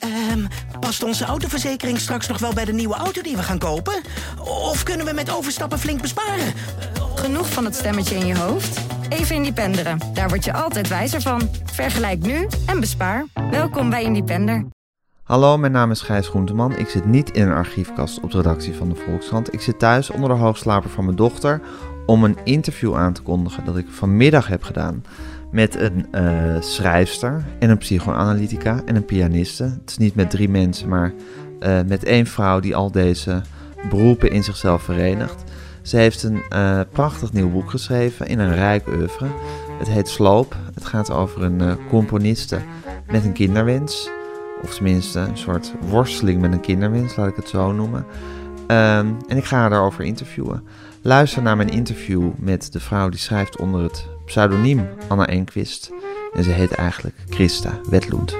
Past onze autoverzekering straks nog wel bij de nieuwe auto die we gaan kopen? Of kunnen we met overstappen flink besparen? Genoeg van het stemmetje in je hoofd? Even Independeren. Daar word je altijd wijzer van. Vergelijk nu en bespaar. Welkom bij Independer. Hallo, mijn naam is Gijs Groenteman. Ik zit niet in een archiefkast op de redactie van de Volkskrant. Ik zit thuis onder de hoogslaper van mijn dochter om een interview aan te kondigen dat ik vanmiddag heb gedaan met een schrijfster en een psychoanalytica en een pianiste. Het is niet met 3 mensen, maar met 1 vrouw die al deze beroepen in zichzelf verenigt. Ze heeft een prachtig nieuw boek geschreven in een rijk oeuvre. Het heet Sloop. Het gaat over een componiste met een kinderwens. Of tenminste een soort worsteling met een kinderwens, laat ik het zo noemen. En ik ga haar daarover interviewen. Luister naar mijn interview met de vrouw die schrijft onder het pseudoniem Anna Enquist. En ze heet eigenlijk Christa Wetlund.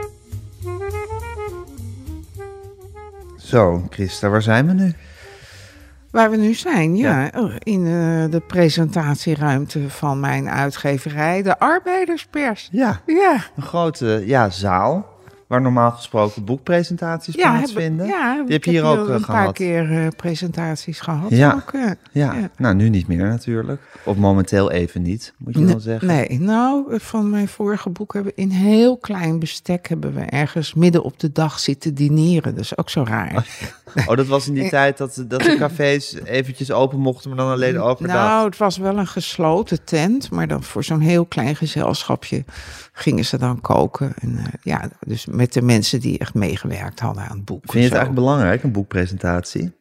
Zo, Christa, waar zijn we nu? Waar we nu zijn, in de presentatieruimte van mijn uitgeverij, de Arbeiderspers. Ja. Een grote zaal waar normaal gesproken boekpresentaties plaatsvinden. Die heb je hier ook een gehad. Paar keer presentaties gehad. Ja. Ook, Nou nu niet meer natuurlijk. Of momenteel even niet, moet je wel zeggen. Nee, van mijn vorige boek hebben we in heel klein bestek hebben we ergens midden op de dag zitten dineren. Dat is ook zo raar. Oh, dat was in die tijd dat de cafés eventjes open mochten, maar dan alleen overdag. Nou, het was wel een gesloten tent, maar dan voor zo'n heel klein gezelschapje gingen ze dan koken. En, dus met de mensen die echt meegewerkt hadden aan het boek. Vind je het eigenlijk belangrijk, een boekpresentatie?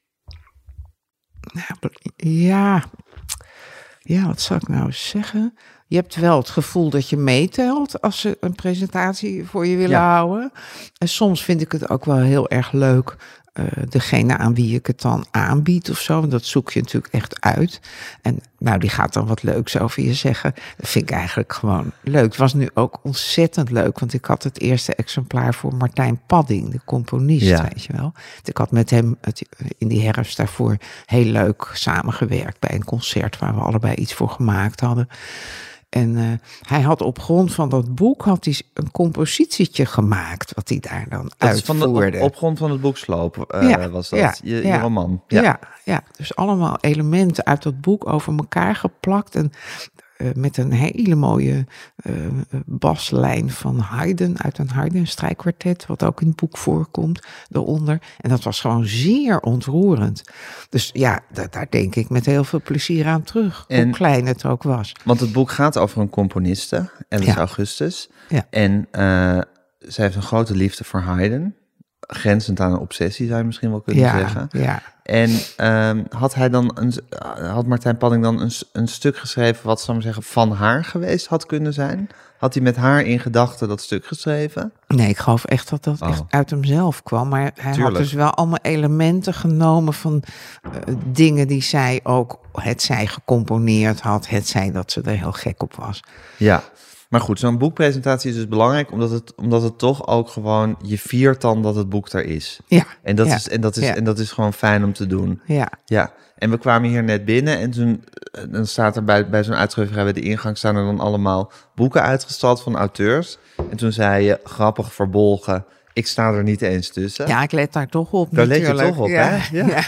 Ja, wat zou ik nou eens zeggen? Je hebt wel het gevoel dat je meetelt als ze een presentatie voor je willen houden. En soms vind ik het ook wel heel erg leuk, degene aan wie ik het dan aanbied of zo. Want dat zoek je natuurlijk echt uit. En die gaat dan wat leuks over je zeggen. Dat vind ik eigenlijk gewoon leuk. Het was nu ook ontzettend leuk, want ik had het eerste exemplaar voor Martijn Padding, de componist, weet je wel. Ik had met hem in die herfst daarvoor heel leuk samengewerkt bij een concert waar we allebei iets voor gemaakt hadden. En hij had op grond van dat boek een compositietje gemaakt, wat hij daar dan uitvoerde. Op grond van het boek Sloop was dat, je roman. Ja, dus allemaal elementen uit dat boek over elkaar geplakt en met een hele mooie baslijn van Haydn, uit een Haydn-strijkkwartet, wat ook in het boek voorkomt, eronder. En dat was gewoon zeer ontroerend. Dus daar denk ik met heel veel plezier aan terug, hoe klein het ook was. Want het boek gaat over een componiste, Alice Augustus. Ja. En zij heeft een grote liefde voor Haydn. Grenzend aan een obsessie, zou je misschien wel kunnen zeggen. Ja. En had Martijn Padding dan een stuk geschreven wat, zou ik zeggen, van haar geweest had kunnen zijn? Had hij met haar in gedachten dat stuk geschreven? Nee, ik geloof echt dat dat echt uit hemzelf kwam. Maar hij had dus wel allemaal elementen genomen van dingen die zij ook, zij gecomponeerd had, zij dat ze er heel gek op was. Ja. Maar goed, zo'n boekpresentatie is dus belangrijk, omdat het toch ook gewoon, je viert dan dat het boek er is. Ja. En dat is gewoon fijn om te doen. Ja. En we kwamen hier net binnen en toen dan staat er bij zo'n uitgeverij bij de ingang staan er dan allemaal boeken uitgestald van auteurs. En toen zei je, grappig verbolgen, ik sta er niet eens tussen. Ja, ik let daar toch op. Daar let je toch op, hè? Ja.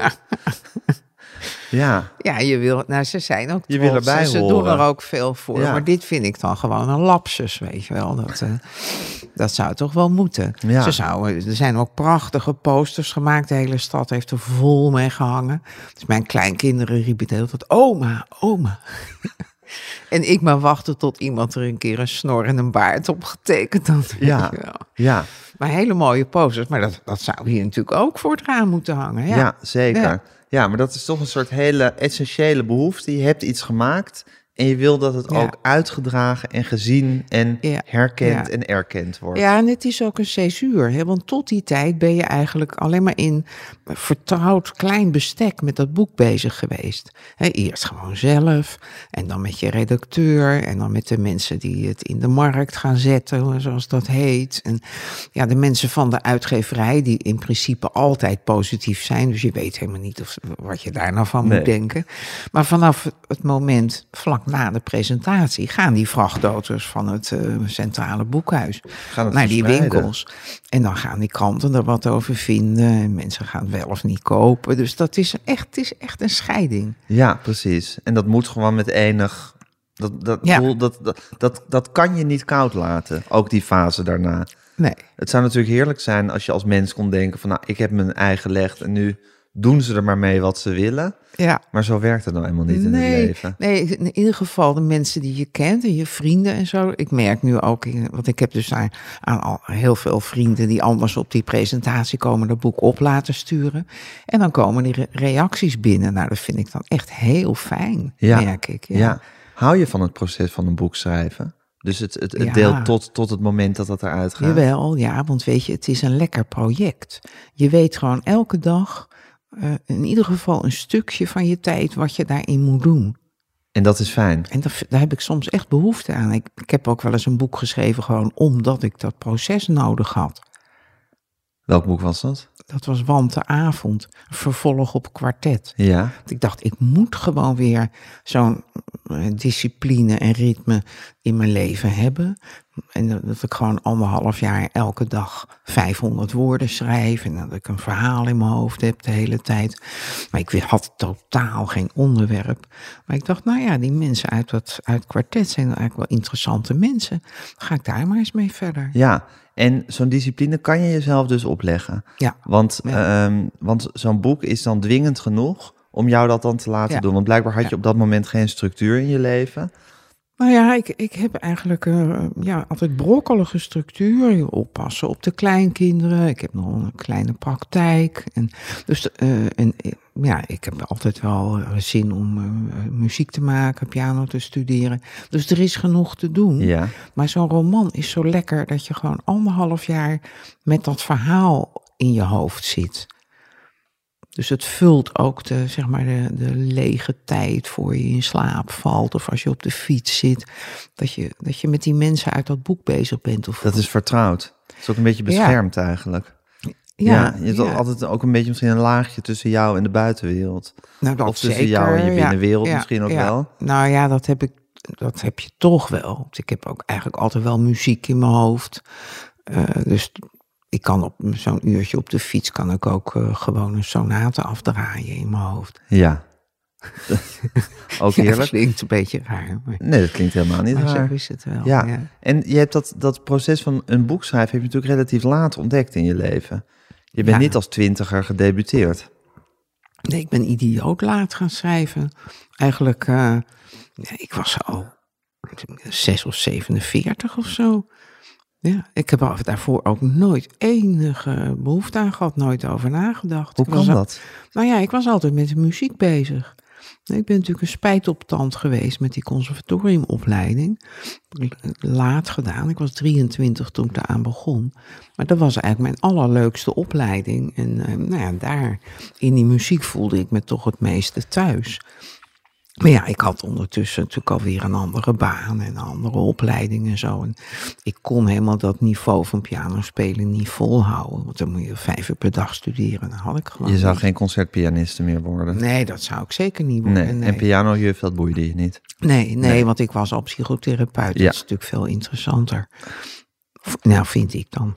Ja, je wil, ze zijn ook je wil erbij ze horen. doen er ook veel voor. Ja. Maar dit vind ik dan gewoon een lapsus, weet je wel. Dat zou toch wel moeten. Ja. Er zijn ook prachtige posters gemaakt. De hele stad heeft er vol mee gehangen. Dus mijn kleinkinderen riepen de hele tijd, oma, oma. En ik maar wachten tot iemand er een keer een snor en een baard op getekend had. Ja. Maar hele mooie posters. Maar dat zou hier natuurlijk ook voor het raam moeten hangen. Ja, zeker. Ja, maar dat is toch een soort hele essentiële behoefte. Je hebt iets gemaakt en je wil dat het ook uitgedragen en gezien en herkend en erkend wordt. Ja, en het is ook een césuur. Hè? Want tot die tijd ben je eigenlijk alleen maar in vertrouwd klein bestek met dat boek bezig geweest. Eerst gewoon zelf en dan met je redacteur en dan met de mensen die het in de markt gaan zetten, zoals dat heet. En de mensen van de uitgeverij die in principe altijd positief zijn. Dus je weet helemaal niet wat je daar nou van moet denken. Maar vanaf het moment vlak vlak na de presentatie gaan die vrachtauto's van het centrale boekhuis naar die winkels. En dan gaan die kranten er wat over vinden. En mensen gaan het wel of niet kopen. Dus het is echt een scheiding. Ja, precies. En dat moet gewoon met enig... Dat kan je niet koud laten. Ook die fase daarna. Nee. Het zou natuurlijk heerlijk zijn als je als mens kon denken van... nou, ik heb mijn ei gelegd en nu doen ze er maar mee wat ze willen. Ja. Maar zo werkt het nou helemaal niet in het leven. Nee, in ieder geval de mensen die je kent en je vrienden en zo. Ik merk nu ook, want ik heb dus aan al heel veel vrienden... die anders op die presentatie komen, dat boek op laten sturen. En dan komen die reacties binnen. Nou, dat vind ik dan echt heel fijn, merk ik. Ja. Hou je van het proces van een boek schrijven? Dus het deel tot het moment dat het eruit gaat? Jawel, ja, want weet je, het is een lekker project. Je weet gewoon elke dag, in ieder geval een stukje van je tijd... wat je daarin moet doen. En dat is fijn? En daar heb ik soms echt behoefte aan. Ik heb ook wel eens een boek geschreven gewoon omdat ik dat proces nodig had. Welk boek was dat? Dat was Want de Avond, een vervolg op Kwartet. Ja. Ik dacht, ik moet gewoon weer zo'n discipline en ritme in mijn leven hebben. En dat ik gewoon 1,5 jaar elke dag 500 woorden schrijf. En dat ik een verhaal in mijn hoofd heb de hele tijd. Maar ik had totaal geen onderwerp. Maar ik dacht, nou ja, die mensen uit Kwartet zijn eigenlijk wel interessante mensen. Ga ik daar maar eens mee verder. Ja, en zo'n discipline kan je jezelf dus opleggen. Ja. Want zo'n boek is dan dwingend genoeg om jou dat dan te laten doen. Want blijkbaar had je op dat moment geen structuur in je leven. Nou ja, ik heb eigenlijk altijd brokkelige structuur. Oppassen op de kleinkinderen. Ik heb nog een kleine praktijk. Ik heb altijd wel zin om muziek te maken, piano te studeren. Dus er is genoeg te doen. Ja. Maar zo'n roman is zo lekker dat je gewoon 1,5 jaar met dat verhaal in je hoofd zit. Dus het vult ook de lege tijd voor je in slaap valt. Of als je op de fiets zit. Dat je met die mensen uit dat boek bezig bent. Dat is vertrouwd. Het is ook een beetje beschermd eigenlijk. Ja, je hebt altijd ook een beetje misschien een laagje tussen jou en de buitenwereld. Nou, dat of tussen zeker, jou en je binnenwereld misschien ook wel. Nou ja, dat heb je toch wel. Want ik heb ook eigenlijk altijd wel muziek in mijn hoofd. Dus ik kan op zo'n uurtje op de fiets kan ik ook gewoon een sonate afdraaien in mijn hoofd. Ja. Ook heerlijk. Dat klinkt een beetje raar. Maar... Nee, dat klinkt helemaal niet raar. Zo is het wel. Ja. En je hebt dat proces van een boek schrijven heb je natuurlijk relatief laat ontdekt in je leven. Je bent niet als 20er gedebuteerd. Nee, ik ben idioot laat gaan schrijven. Eigenlijk, ik was al 6 of 47 of zo. Ja, ik heb daarvoor ook nooit enige behoefte aan gehad, nooit over nagedacht. Hoe kwam dat? Nou ja, ik was altijd met de muziek bezig. Ik ben natuurlijk een spijtoptand geweest met die conservatoriumopleiding. Laat gedaan. Ik was 23 toen ik daaraan begon. Maar dat was eigenlijk mijn allerleukste opleiding. En daar in die muziek voelde ik me toch het meeste thuis. Maar ja, ik had ondertussen natuurlijk alweer een andere baan en een andere opleiding en zo. En ik kon helemaal dat niveau van pianospelen niet volhouden. Want dan moet je 5 uur per dag studeren. Dat had ik gewoon Je zou niet. Geen concertpianiste meer worden? Nee, dat zou ik zeker niet worden. Nee. En pianojuf, dat boeide je niet? Nee, want ik was al psychotherapeut. Dat is natuurlijk veel interessanter. Nou, vind ik dan.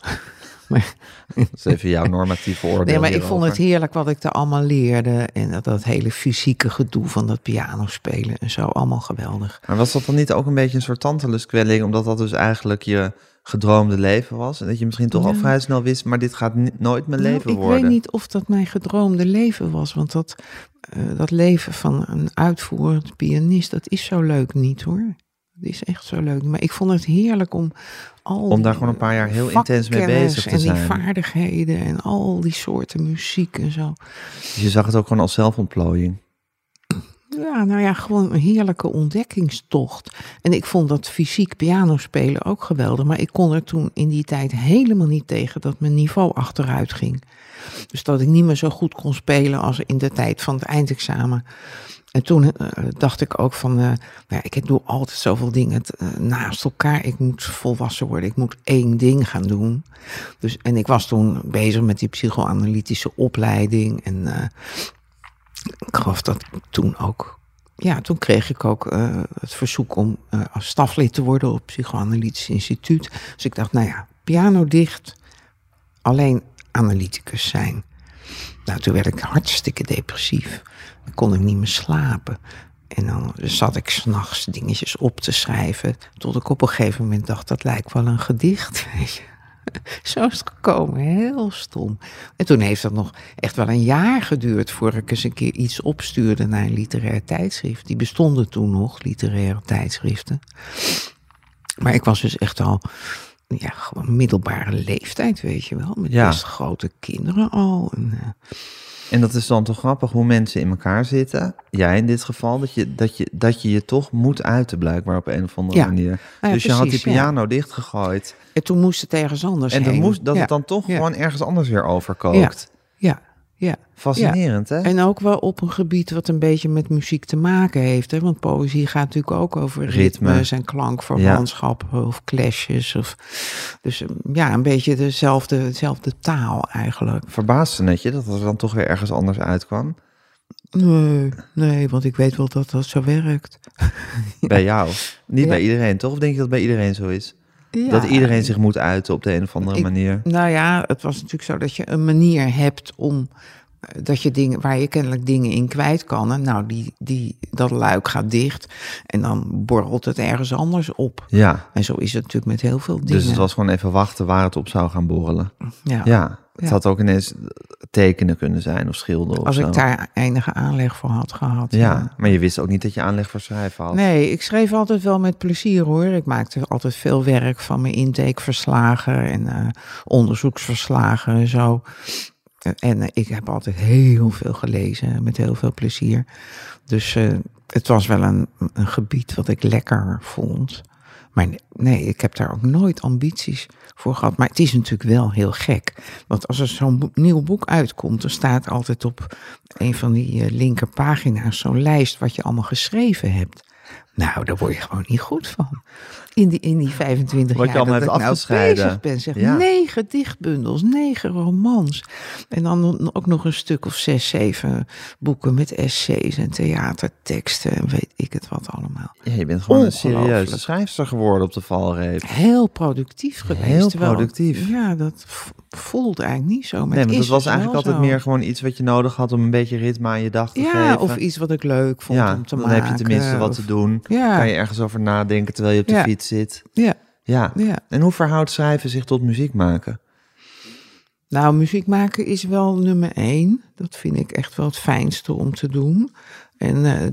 Dat is even jouw normatieve oordeel. Nee, maar ik vond het heerlijk wat ik er allemaal leerde. En dat hele fysieke gedoe van dat pianospelen en zo. Allemaal geweldig. Maar was dat dan niet ook een beetje een soort tanteluskwelling? Omdat dat dus eigenlijk je gedroomde leven was? En dat je misschien toch al vrij snel wist, maar dit gaat nooit mijn leven worden. Ik weet niet of dat mijn gedroomde leven was. Want dat leven van een uitvoerend pianist, dat is zo leuk niet hoor. Dat is echt zo leuk. Maar ik vond het heerlijk om daar gewoon een paar jaar heel intens mee bezig te zijn. En die vaardigheden en al die soorten muziek en zo. Dus je zag het ook gewoon als zelfontplooiing? Ja, nou ja, gewoon een heerlijke ontdekkingstocht. En ik vond dat fysiek pianospelen ook geweldig. Maar ik kon er toen in die tijd helemaal niet tegen dat mijn niveau achteruit ging. Dus dat ik niet meer zo goed kon spelen als in de tijd van het eindexamen. En toen dacht ik ook van, ik doe altijd zoveel dingen naast elkaar. Ik moet volwassen worden, ik moet 1 ding gaan doen. Dus, en ik was toen bezig met die psychoanalytische opleiding. En ik geloof dat ik toen ook toen kreeg ik ook het verzoek om als staflid te worden op het Psychoanalytisch Instituut. Dus ik dacht, nou ja, piano dicht, alleen analyticus zijn. Nou, toen werd ik hartstikke depressief. Dan kon ik niet meer slapen. En dan zat ik 's nachts dingetjes op te schrijven. Tot ik op een gegeven moment dacht, dat lijkt wel een gedicht. Weet je. Zo is het gekomen, heel stom. En toen heeft dat nog echt wel een jaar geduurd... voor ik eens een keer iets opstuurde naar een literair tijdschrift. Die bestonden toen nog, literaire tijdschriften. Maar ik was dus echt al... ja, gewoon middelbare leeftijd, weet je wel. Met best grote kinderen al. En dat is dan toch grappig hoe mensen in elkaar zitten. Jij in dit geval, dat je je toch moet uiten blijkbaar op een of andere manier. Nou ja, dus je had die piano dichtgegooid. En toen moest het ergens anders en heen. Het dan toch gewoon ergens anders weer overkookt. Ja. Fascinerend, hè? En ook wel op een gebied wat een beetje met muziek te maken heeft. Hè? Want poëzie gaat natuurlijk ook over ritmes en klankverwantschappen of clashes. Dus een beetje dezelfde taal eigenlijk. Verbaasde het je dat het dan toch weer ergens anders uitkwam? Nee, want ik weet wel dat dat zo werkt. Bij jou? Niet bij iedereen, toch? Of denk je dat het bij iedereen zo is? Ja. Dat iedereen zich moet uiten op de een of andere manier? Nou ja, het was natuurlijk zo dat je een manier hebt om... dat je dingen, waar je kennelijk dingen in kwijt kan. En nou, dat luik gaat dicht. En dan borrelt het ergens anders op. Ja. En zo is het natuurlijk met heel veel dingen. Dus het was gewoon even wachten waar het op zou gaan borrelen. Ja. Het had ook ineens tekenen kunnen zijn of schilderen of als zo. Ik daar enige aanleg voor had gehad. Ja, maar je wist ook niet dat je aanleg voor schrijven had. Nee, ik schreef altijd wel met plezier hoor. Ik maakte altijd veel werk van mijn intakeverslagen en onderzoeksverslagen en zo. En ik heb altijd heel veel gelezen, met heel veel plezier. Dus het was wel een gebied wat ik lekker vond. Maar nee, ik heb daar ook nooit ambities voor gehad. Maar het is natuurlijk wel heel gek. Want als er zo'n nieuw boek uitkomt... dan staat altijd op een van die linkerpagina's... zo'n lijst wat je allemaal geschreven hebt. Nou, daar word je gewoon niet goed van. In die 25 wat jaar je allemaal dat hebt ik nou bezig ben. Zeg, 9 dichtbundels, 9 romans. En dan ook nog een stuk of 6, 7 boeken met essays en theaterteksten. En weet ik het wat allemaal. Ja, je bent gewoon een serieuze schrijfster geworden op de valreep. Heel productief geweest. Heel productief. Ja, dat voelde eigenlijk niet zo. Maar nee, want het was eigenlijk altijd meer gewoon iets wat je nodig had... om een beetje ritme aan je dag te geven. Ja, of iets wat ik leuk vond om te maken. Dan heb je tenminste wat te doen. Ja. Kan je ergens over nadenken terwijl je op de fiets zit. Ja. En hoe verhoudt schrijven zich tot muziek maken? Nou, muziek maken is wel nummer 1. Dat vind ik echt wel het fijnste om te doen. En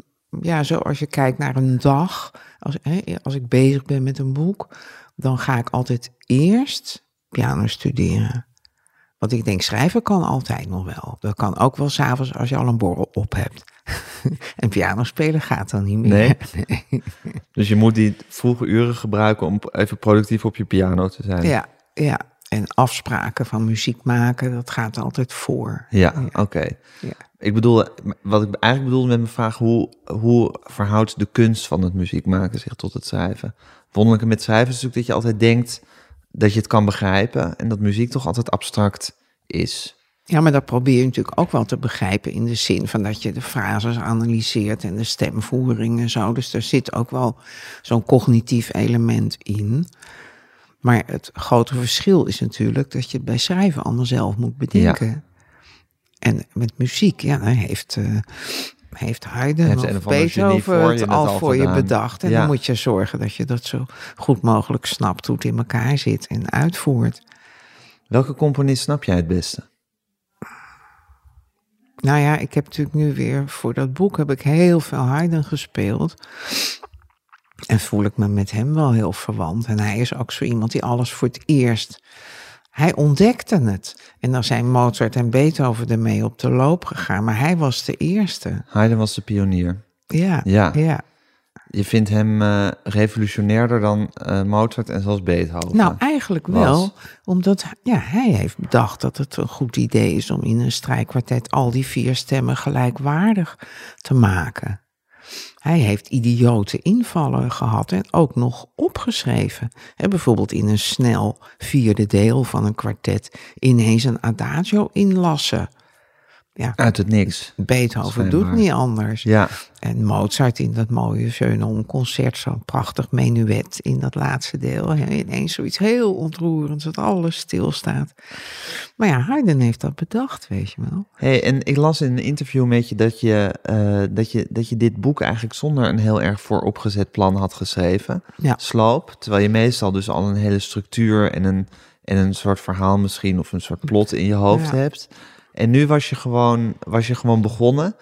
zo als je kijkt naar een dag... Als ik bezig ben met een boek... dan ga ik altijd eerst piano studeren. Want ik denk, schrijven kan altijd nog wel. Dat kan ook wel 's avonds als je al een borrel op hebt. En piano spelen gaat dan niet meer. Nee. Dus je moet die vroege uren gebruiken om even productief op je piano te zijn. Ja. En afspraken van muziek maken, dat gaat altijd voor. Ja. Oké. Ja. Ik bedoel, wat ik eigenlijk bedoelde met mijn vraag... hoe verhoudt de kunst van het muziek maken zich tot het schrijven? Wonderlijke met schrijven is natuurlijk dat je altijd denkt... dat je het kan begrijpen en dat muziek toch altijd abstract is. Ja, maar dat probeer je natuurlijk ook wel te begrijpen... in de zin van dat je de frases analyseert en de stemvoering en zo. Dus er zit ook wel zo'n cognitief element in. Maar het grote verschil is natuurlijk dat je het bij schrijven allemaal zelf moet bedenken. Ja. En met muziek, dan heeft Haydn of Beethoven het al voor je bedacht. En dan moet je zorgen dat je dat zo goed mogelijk snapt... hoe het in elkaar zit en uitvoert. Welke componist snap jij het beste? Nou ja, ik heb natuurlijk nu weer... voor dat boek heb ik heel veel Haydn gespeeld... En voel ik me met hem wel heel verwant. En hij is ook zo iemand die alles voor het eerst... Hij ontdekte het. En dan zijn Mozart en Beethoven ermee op de loop gegaan. Maar hij was de eerste. Haydn was de pionier. Ja. Je vindt hem revolutionairder dan Mozart en zelfs Beethoven? Nou, eigenlijk wel. Omdat hij heeft bedacht dat het een goed idee is... om in een strijkkwartet al die 4 stemmen gelijkwaardig te maken. Hij heeft idiote invallen gehad en ook nog opgeschreven. Bijvoorbeeld in een snel 4e deel van een kwartet ineens een adagio inlassen. Uit het niks. Beethoven Schijnbaar. doet niet anders. Ja, En Mozart in dat mooie Zenon-concert, zo'n prachtig menuet in dat laatste deel. Hè, ineens zoiets heel ontroerends, dat alles stilstaat. Maar ja, Haydn heeft dat bedacht, weet je wel. hey, en ik las in een interview met je dat je dit boek eigenlijk zonder een heel erg vooropgezet plan had geschreven. Ja. Sloop, terwijl je meestal dus al een hele structuur en een soort verhaal misschien of een soort plot in je hoofd Ja. hebt. En nu was je gewoon begonnen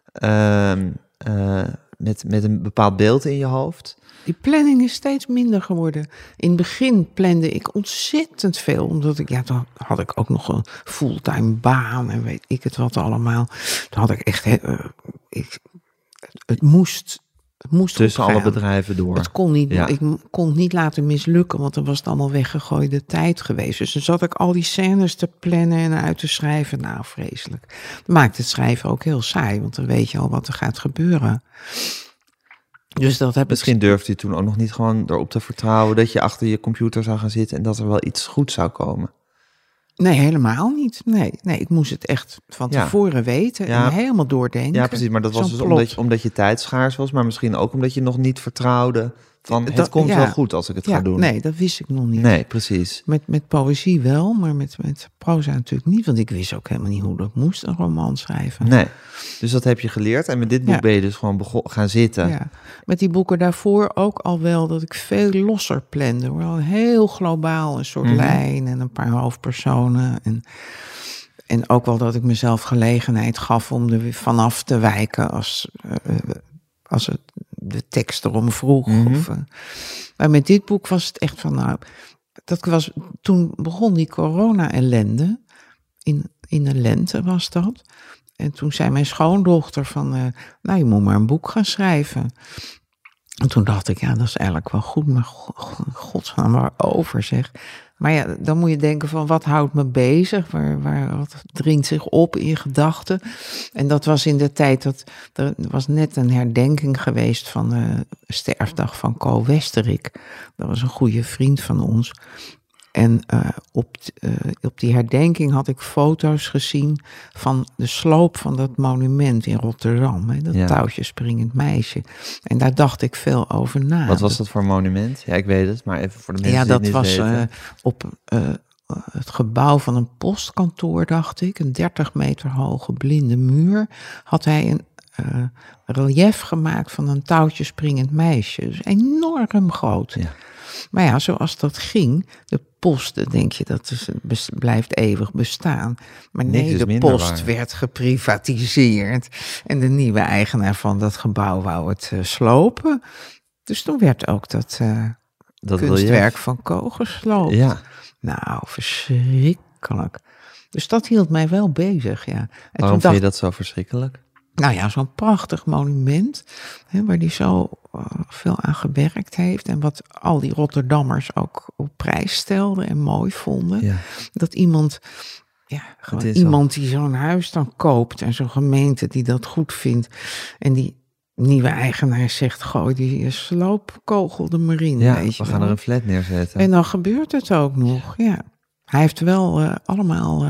met een bepaald beeld in je hoofd. Die planning is steeds minder geworden. In het begin plande ik ontzettend veel, omdat toen had ik ook nog een fulltime baan en weet ik het wat allemaal. Toen had ik echt, het moest Tussen alle opgaan. bedrijven door. Het kon niet, Ja. ik kon het niet laten mislukken, want dan was het allemaal weggegooide tijd geweest. Dus dan zat ik al die scènes te plannen en uit te schrijven. Nou, vreselijk. Dat maakt het schrijven ook heel saai, want dan weet je al wat er gaat gebeuren. Dus dat heb ik... Misschien durfde je toen ook nog niet gewoon erop te vertrouwen dat je achter je computer zou gaan zitten en dat er wel iets goed zou komen. Nee, helemaal niet. Nee, ik moest het echt van Ja. tevoren weten Ja. en helemaal doordenken. Ja, precies. Maar dat was Zo'n dus plot. omdat je tijd schaars was, maar misschien ook omdat je nog niet vertrouwde van het Dat- komt ja. wel goed als ik het ga doen. Nee, dat wist ik nog niet. Nee, precies. Met poëzie wel, maar met proza natuurlijk niet. Want ik wist ook helemaal niet hoe dat moest, een roman schrijven. Nee. Dus dat heb je geleerd en met dit boek Ja. ben je dus gewoon gaan zitten. Ja. Met die boeken daarvoor ook al wel dat ik veel losser plande. Hoor. Al heel globaal, een soort lijn en een paar hoofdpersonen. En ook wel dat ik mezelf gelegenheid gaf om er weer vanaf te wijken als het de tekst erom vroeg. Maar met dit boek was het echt van, toen begon die corona-ellende. In de lente was dat. En toen zei mijn schoondochter van, je moet maar een boek gaan schrijven. En toen dacht ik, dat is eigenlijk wel goed, maar godsnaam waarover zeg. Maar ja, dan moet je denken van, wat houdt me bezig? Wat dringt zich op in je gedachten? En dat was in de tijd, er was net een herdenking geweest van de sterfdag van Co Westerik. Dat was een goede vriend van ons. En op die herdenking had ik foto's gezien van de sloop van dat monument in Rotterdam. Hè, dat touwtjespringend meisje. En daar dacht ik veel over na. Wat was dat voor monument? Ja, ik weet het, maar even voor de mensen die het niet weten. Ja, dat was op het gebouw van een postkantoor, dacht ik. Een 30 meter hoge blinde muur. Had hij een relief gemaakt van een touwtjespringend meisje. Dus enorm groot. Ja. Maar ja, zoals dat ging, de post, denk je, dat blijft eeuwig bestaan. Maar Niks nee, is de minder post waar. werd geprivatiseerd. En de nieuwe eigenaar van dat gebouw wou het slopen. Dus toen werd ook dat kunstwerk van Co gesloopt. Ja. Nou, verschrikkelijk. Dus dat hield mij wel bezig, ja. En Waarom toen vind je dat zo verschrikkelijk? nou ja, zo'n prachtig monument, hè, waar die zo veel aan gewerkt heeft. En wat al die Rotterdammers ook op prijs stelden en mooi vonden. Ja. Dat iemand, gewoon is iemand die zo'n huis dan koopt en zo'n gemeente die dat goed vindt. En die nieuwe eigenaar zegt, gooi die sloopkogel de marine. Ja, weet je we gaan wel. er een flat neerzetten. En dan gebeurt het ook nog, ja. Hij heeft wel allemaal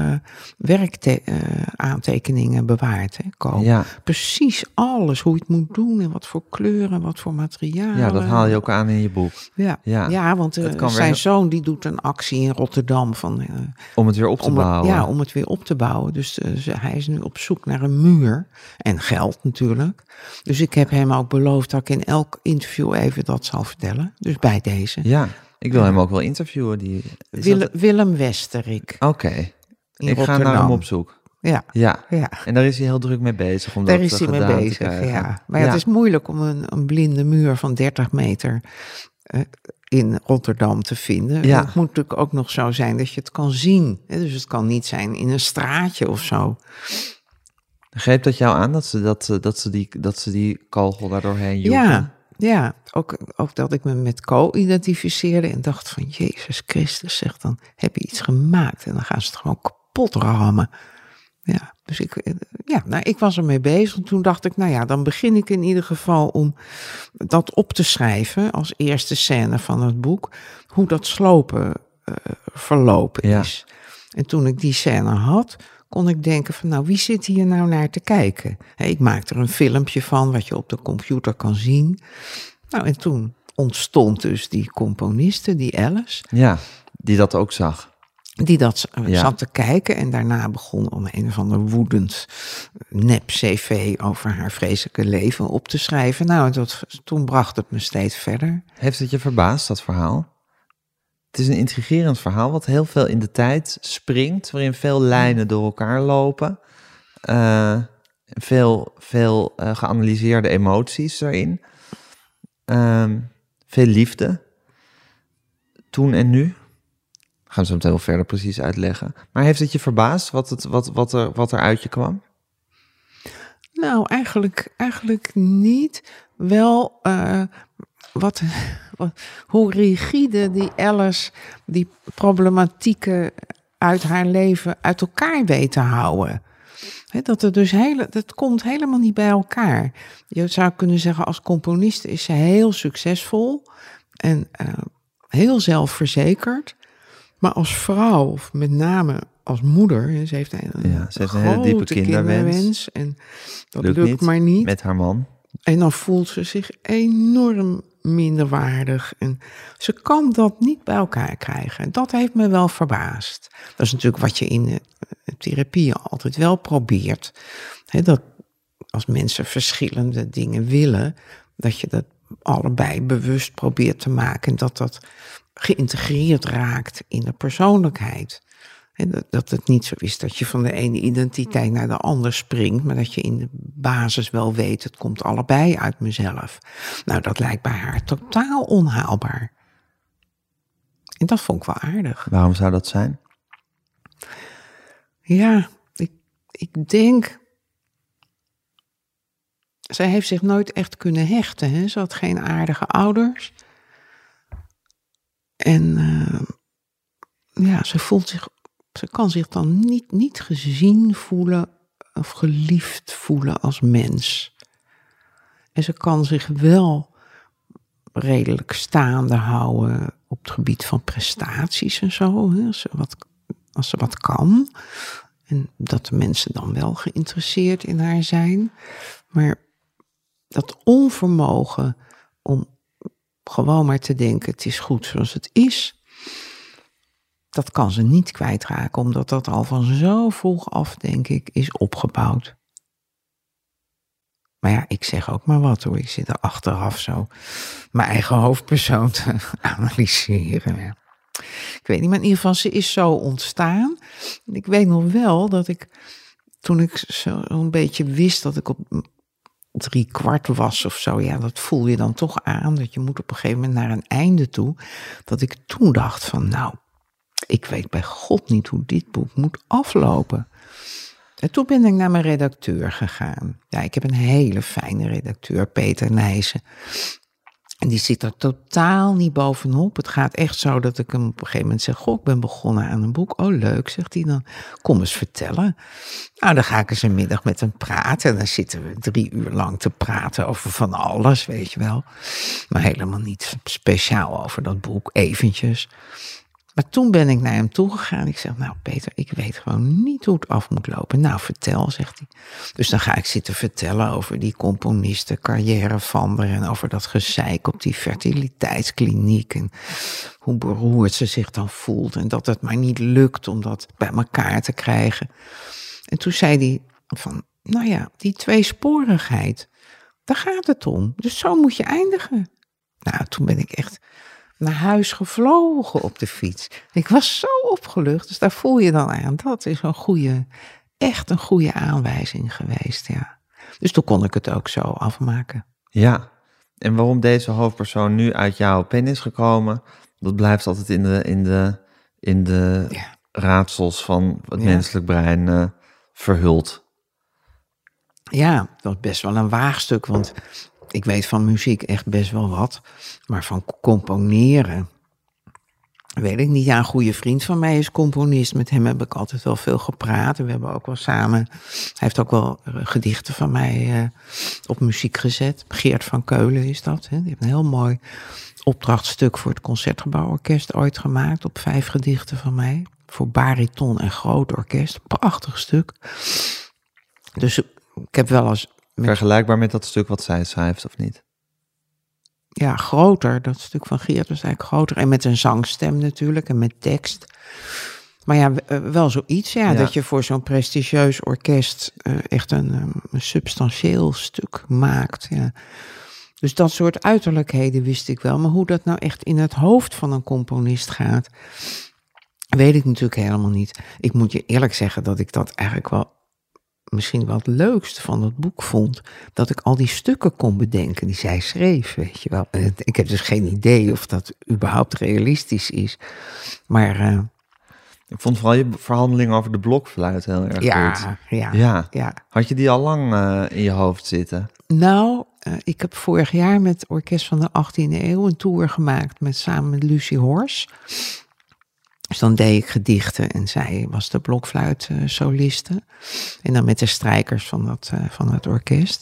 werkaantekeningen bewaard, hè, Co. Ja. Precies alles, hoe je het moet doen en wat voor kleuren, wat voor materialen. Ja, dat haal je ook aan in je boek. Ja, Ja. ja want Het kan zijn weer- zoon die doet een actie in Rotterdam van, Om het weer op te bouwen. Ja, om het weer op te bouwen. Dus hij is nu op zoek naar een muur. En geld natuurlijk. Dus ik heb hem ook beloofd dat ik in elk interview even dat zal vertellen. Dus bij deze. Ja, ik wil hem ook wel interviewen. Willem Westerik. Oké, in ik ga Rotterdam. naar hem op zoek. Ja. Ja, Ja. en daar is hij heel druk mee bezig. Om Daar dat is hij mee gedaan te bezig, krijgen. ja. Maar ja, het is moeilijk om een blinde muur van 30 meter in Rotterdam te vinden. Ja. Het moet natuurlijk ook nog zo zijn dat je het kan zien. Hè? Dus het kan niet zijn in een straatje of zo. Greep dat jou aan dat ze die kogel daar doorheen joegen? Ja, ook dat ik me met Co identificeerde en dacht van Jezus Christus, zeg, dan heb je iets gemaakt en dan gaan ze het gewoon kapot rammen. Ja, dus ik was ermee bezig. Toen dacht ik, dan begin ik in ieder geval om dat op te schrijven als eerste scène van het boek, hoe dat slopen verlopen Ja. is. En toen ik die scène had, kon ik denken van, nou, wie zit hier nou naar te kijken? Ik maak er een filmpje van, wat je op de computer kan zien. Nou, en toen ontstond dus die componiste, die Alice. Ja, die dat ook zag. Die dat zat te kijken en daarna begon om een of ander woedend nep-cv over haar vreselijke leven op te schrijven. Nou, toen bracht het me steeds verder. Heeft het je verbaasd, dat verhaal? Het is een intrigerend verhaal wat heel veel in de tijd springt, waarin veel lijnen door elkaar lopen. Veel geanalyseerde emoties erin. Veel liefde. Toen en nu. Gaan we zo meteen wel verder precies uitleggen. Maar heeft het je verbaasd wat er uit je kwam? Nou, eigenlijk niet. Wel hoe rigide die Alice die problematieken uit haar leven uit elkaar weet te houden. Dat komt helemaal niet bij elkaar. Je zou kunnen zeggen, als componiste is ze heel succesvol en heel zelfverzekerd. Maar als vrouw, of met name als moeder, ze heeft een hele diepe kinderwens. En dat lukt maar niet. Met haar man. En dan voelt ze zich enorm minderwaardig. En ze kan dat niet bij elkaar krijgen. Dat heeft me wel verbaasd. Dat is natuurlijk wat je in therapie altijd wel probeert. Dat als mensen verschillende dingen willen, dat je dat allebei bewust probeert te maken. En dat geïntegreerd raakt in de persoonlijkheid. Dat het niet zo is dat je van de ene identiteit naar de ander springt, maar dat je in de basis wel weet, het komt allebei uit mezelf. Nou, dat lijkt bij haar totaal onhaalbaar. En dat vond ik wel aardig. Waarom zou dat zijn? Ja, ik denk, zij heeft zich nooit echt kunnen hechten. Hè? Ze had geen aardige ouders. En ze kan zich dan niet gezien voelen of geliefd voelen als mens. En ze kan zich wel redelijk staande houden op het gebied van prestaties en zo. Hè, als ze wat kan. En dat de mensen dan wel geïnteresseerd in haar zijn. Maar dat onvermogen om gewoon maar te denken, het is goed zoals het is, dat kan ze niet kwijtraken, omdat dat al van zo vroeg af, denk ik, is opgebouwd. Maar ja, ik zeg ook maar wat hoor. Ik zit er achteraf zo mijn eigen hoofdpersoon te analyseren. Ja. Ik weet niet, maar in ieder geval, ze is zo ontstaan. Ik weet nog wel dat toen ik zo'n beetje wist dat ik op 3/4 was of zo, ja, dat voel je dan toch aan, dat je moet op een gegeven moment naar een einde toe, dat ik toen dacht van, nou, ik weet bij God niet hoe dit boek moet aflopen. En toen ben ik naar mijn redacteur gegaan. Ja, ik heb een hele fijne redacteur, Peter Nijssen. En die zit er totaal niet bovenop. Het gaat echt zo dat ik hem op een gegeven moment zeg, goh, ik ben begonnen aan een boek. Oh, leuk, zegt hij dan. Kom eens vertellen. Nou, dan ga ik eens een middag met hem praten. En dan zitten we 3 uur lang te praten over van alles, weet je wel. Maar helemaal niet speciaal over dat boek, eventjes. Maar toen ben ik naar hem toegegaan. Ik zeg, nou Peter, ik weet gewoon niet hoe het af moet lopen. Nou, vertel, zegt hij. Dus dan ga ik zitten vertellen over die componistencarrière van haar en over dat gezeik op die fertiliteitskliniek. En hoe beroerd ze zich dan voelt. En dat het maar niet lukt om dat bij elkaar te krijgen. En toen zei hij van, nou ja, die tweesporigheid, daar gaat het om. Dus zo moet je eindigen. Nou, toen ben ik echt naar huis gevlogen op de fiets. Ik was zo opgelucht, dus daar voel je dan aan. Dat is echt een goede aanwijzing geweest, ja. Dus toen kon ik het ook zo afmaken. Ja, en waarom deze hoofdpersoon nu uit jouw pen is gekomen, dat blijft altijd in de raadsels van het menselijk brein verhuld. Ja, dat was best wel een waagstuk, want ik weet van muziek echt best wel wat. Maar van componeren weet ik niet. Ja, een goede vriend van mij is componist. Met hem heb ik altijd wel veel gepraat. We hebben ook wel samen, hij heeft ook wel gedichten van mij op muziek gezet. Geert van Keulen is dat. Hè? Die heeft een heel mooi opdrachtstuk voor het Concertgebouworkest ooit gemaakt. Op 5 gedichten van mij. voor bariton en groot orkest. Prachtig stuk. Dus ik heb wel eens... Vergelijkbaar met dat stuk wat zij schrijft, of niet? Ja, groter. Dat stuk van Geert was eigenlijk groter. En met een zangstem natuurlijk en met tekst. Maar ja, wel zoiets. Ja, dat je voor zo'n prestigieus orkest echt een substantieel stuk maakt. Ja. Dus dat soort uiterlijkheden wist ik wel. Maar hoe dat nou echt in het hoofd van een componist gaat, weet ik natuurlijk helemaal niet. Ik moet je eerlijk zeggen dat ik dat eigenlijk wel misschien wel het leukste van het boek vond. Dat ik al die stukken kon bedenken die zij schreef, weet je wel. Ik heb dus geen idee of dat überhaupt realistisch is. Maar ik vond vooral je verhandeling over de blokfluit heel erg goed. Ja. Had je die al lang in je hoofd zitten? Nou, ik heb vorig jaar met het Orkest van de 18e Eeuw een tour gemaakt samen met Lucie Hors. Dus dan deed ik gedichten en zij was de blokfluitsoliste. En dan met de strijkers van het orkest.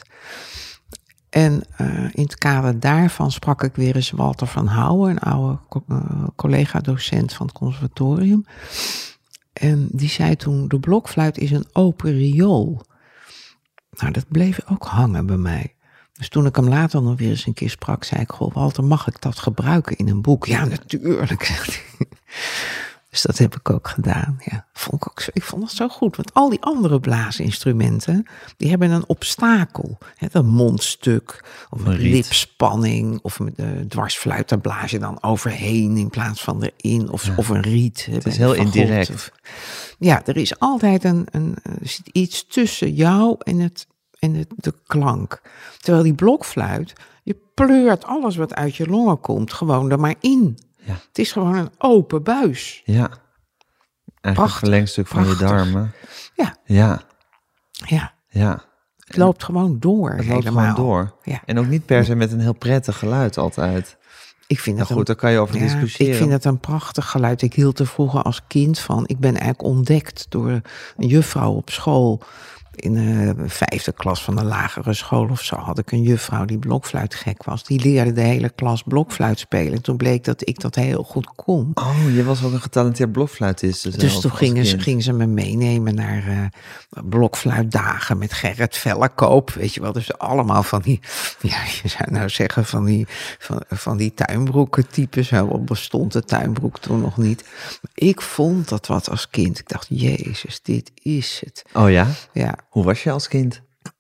En in het kader daarvan sprak ik weer eens Walter van Houwen, een oude collega-docent van het conservatorium. En die zei toen, de blokfluit is een open riool. Nou, dat bleef ook hangen bij mij. Dus toen ik hem later nog weer eens een keer sprak, zei ik, goh, Walter, mag ik dat gebruiken in een boek? Ja, natuurlijk, zegt hij. Dus dat heb ik ook gedaan. Ja, ik vond dat zo goed. Want al die andere blaasinstrumenten, die hebben een obstakel. Een mondstuk, of een lipspanning, of een dwarsfluit, daar blaas je dan overheen in plaats van erin. Of een riet. Het is heel indirect. Ja, er is altijd er zit iets tussen jou en de klank. Terwijl die blokfluit, je pleurt alles wat uit je longen komt gewoon er maar in. Ja. Het is gewoon een open buis. Ja. Eigenlijk een verlengstuk van je darmen. Ja. Het loopt gewoon door. Het loopt gewoon door. Ja. En ook niet per se met een heel prettig geluid altijd. Ik vind dat goed, daar kan je over discussiëren. Ik vind het een prachtig geluid. Ik hield er vroeger als kind van. Ik ben eigenlijk ontdekt door een juffrouw op school. In de 5e klas van de lagere school of zo had ik een juffrouw die blokfluitgek was. Die leerde de hele klas blokfluit spelen. Toen bleek dat ik dat heel goed kon. Oh, je was ook een getalenteerd blokfluitist. Dus toen ging ze me meenemen naar blokfluitdagen met Gerrit Vellekoop. Weet je wel, dus allemaal van die, ja, je zou nou zeggen van die tuinbroeken types. Zo bestond de tuinbroek toen nog niet. Maar ik vond dat wat als kind. Ik dacht, Jezus, dit is het. Oh ja? Ja. Hoe was je als kind?